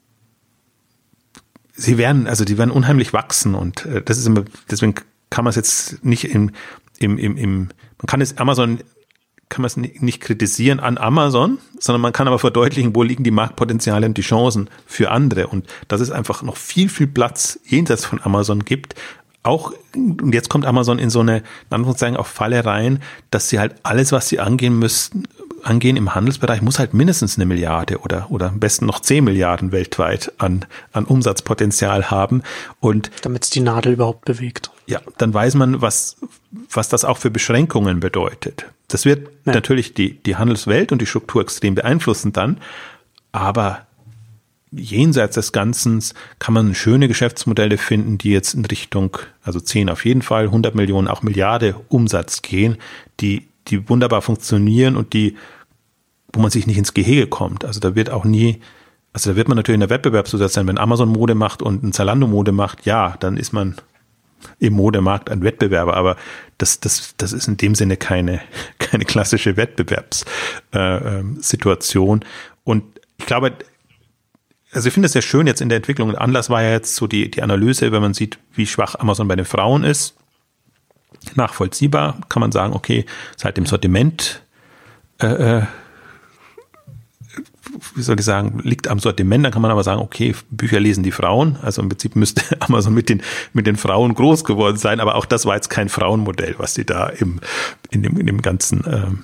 Die werden unheimlich wachsen und das ist immer, deswegen kann man es jetzt nicht man kann es Amazon, kann man es nicht kritisieren an Amazon, sondern man kann aber verdeutlichen, wo liegen die Marktpotenziale und die Chancen für andere und dass es einfach noch viel, viel Platz jenseits von Amazon gibt. Auch, und jetzt kommt Amazon in so eine, in Anführungszeichen, auf Falle rein, dass sie halt alles, was sie angehen im Handelsbereich, muss halt mindestens 1 Milliarde oder am besten noch 10 Milliarden weltweit an Umsatzpotenzial haben. Und damit es die Nadel überhaupt bewegt. Ja, dann weiß man, was das auch für Beschränkungen bedeutet. Das wird natürlich die Handelswelt und die Struktur extrem beeinflussen dann, aber jenseits des Ganzen kann man schöne Geschäftsmodelle finden, die jetzt in Richtung, also 10 auf jeden Fall, 100 Millionen, auch Milliarde Umsatz gehen, die wunderbar funktionieren und wo man sich nicht ins Gehege kommt. Also da wird man natürlich in der Wettbewerbssituation sein, wenn Amazon Mode macht und ein Zalando Mode macht, ja, dann ist man im Modemarkt ein Wettbewerber, aber das ist in dem Sinne keine klassische Wettbewerbssituation. Und ich glaube, also ich finde es sehr schön jetzt in der Entwicklung. Und Anlass war ja jetzt so die Analyse, wenn man sieht, wie schwach Amazon bei den Frauen ist. Nachvollziehbar kann man sagen, okay, seit dem Sortiment wie soll ich sagen, liegt am Sortiment. Dann kann man aber sagen, okay, Bücher lesen die Frauen. Also im Prinzip müsste Amazon mit den Frauen groß geworden sein. Aber auch das war jetzt kein Frauenmodell, was sie da in dem ganzen,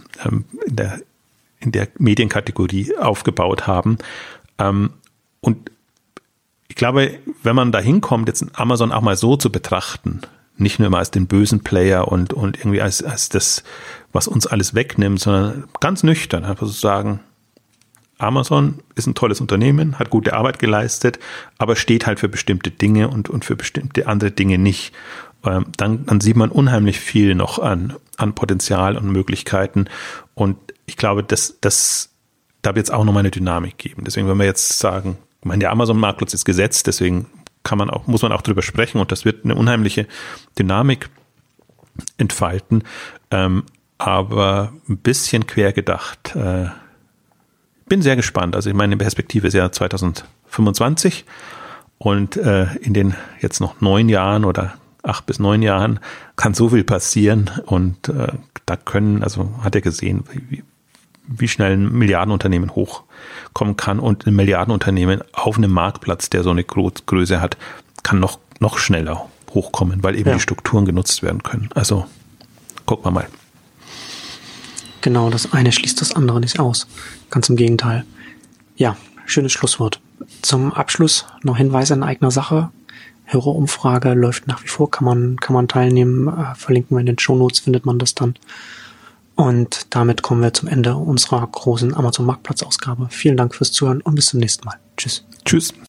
in der Medienkategorie aufgebaut haben. Und ich glaube, wenn man da hinkommt, jetzt Amazon auch mal so zu betrachten, nicht nur immer als den bösen Player und irgendwie als das, was uns alles wegnimmt, sondern ganz nüchtern einfach so sagen, Amazon ist ein tolles Unternehmen, hat gute Arbeit geleistet, aber steht halt für bestimmte Dinge und für bestimmte andere Dinge nicht. Dann sieht man unheimlich viel noch an Potenzial und Möglichkeiten. Und ich glaube, da wird es auch nochmal eine Dynamik geben. Deswegen, wenn wir jetzt sagen, ich meine, der Amazon-Marktplatz ist gesetzt, deswegen muss man auch drüber sprechen und das wird eine unheimliche Dynamik entfalten. Aber ein bisschen quer gedacht. Bin sehr gespannt. Also ich meine, die Perspektive ist ja 2025 und in den jetzt noch 9 Jahren oder 8 bis 9 Jahren kann so viel passieren und da hat er gesehen, wie schnell ein Milliardenunternehmen hochkommen kann und ein Milliardenunternehmen auf einem Marktplatz, der so eine Größe hat, kann noch schneller hochkommen, weil eben die Strukturen genutzt werden können. Also gucken wir mal. Genau, das eine schließt das andere nicht aus. Ganz im Gegenteil. Ja, schönes Schlusswort. Zum Abschluss noch Hinweise in eigener Sache. Hörerumfrage läuft nach wie vor, kann man teilnehmen. Verlinken wir in den Shownotes, findet man das dann. Und damit kommen wir zum Ende unserer großen Amazon-Marktplatz-Ausgabe. Vielen Dank fürs Zuhören und bis zum nächsten Mal. Tschüss. Tschüss.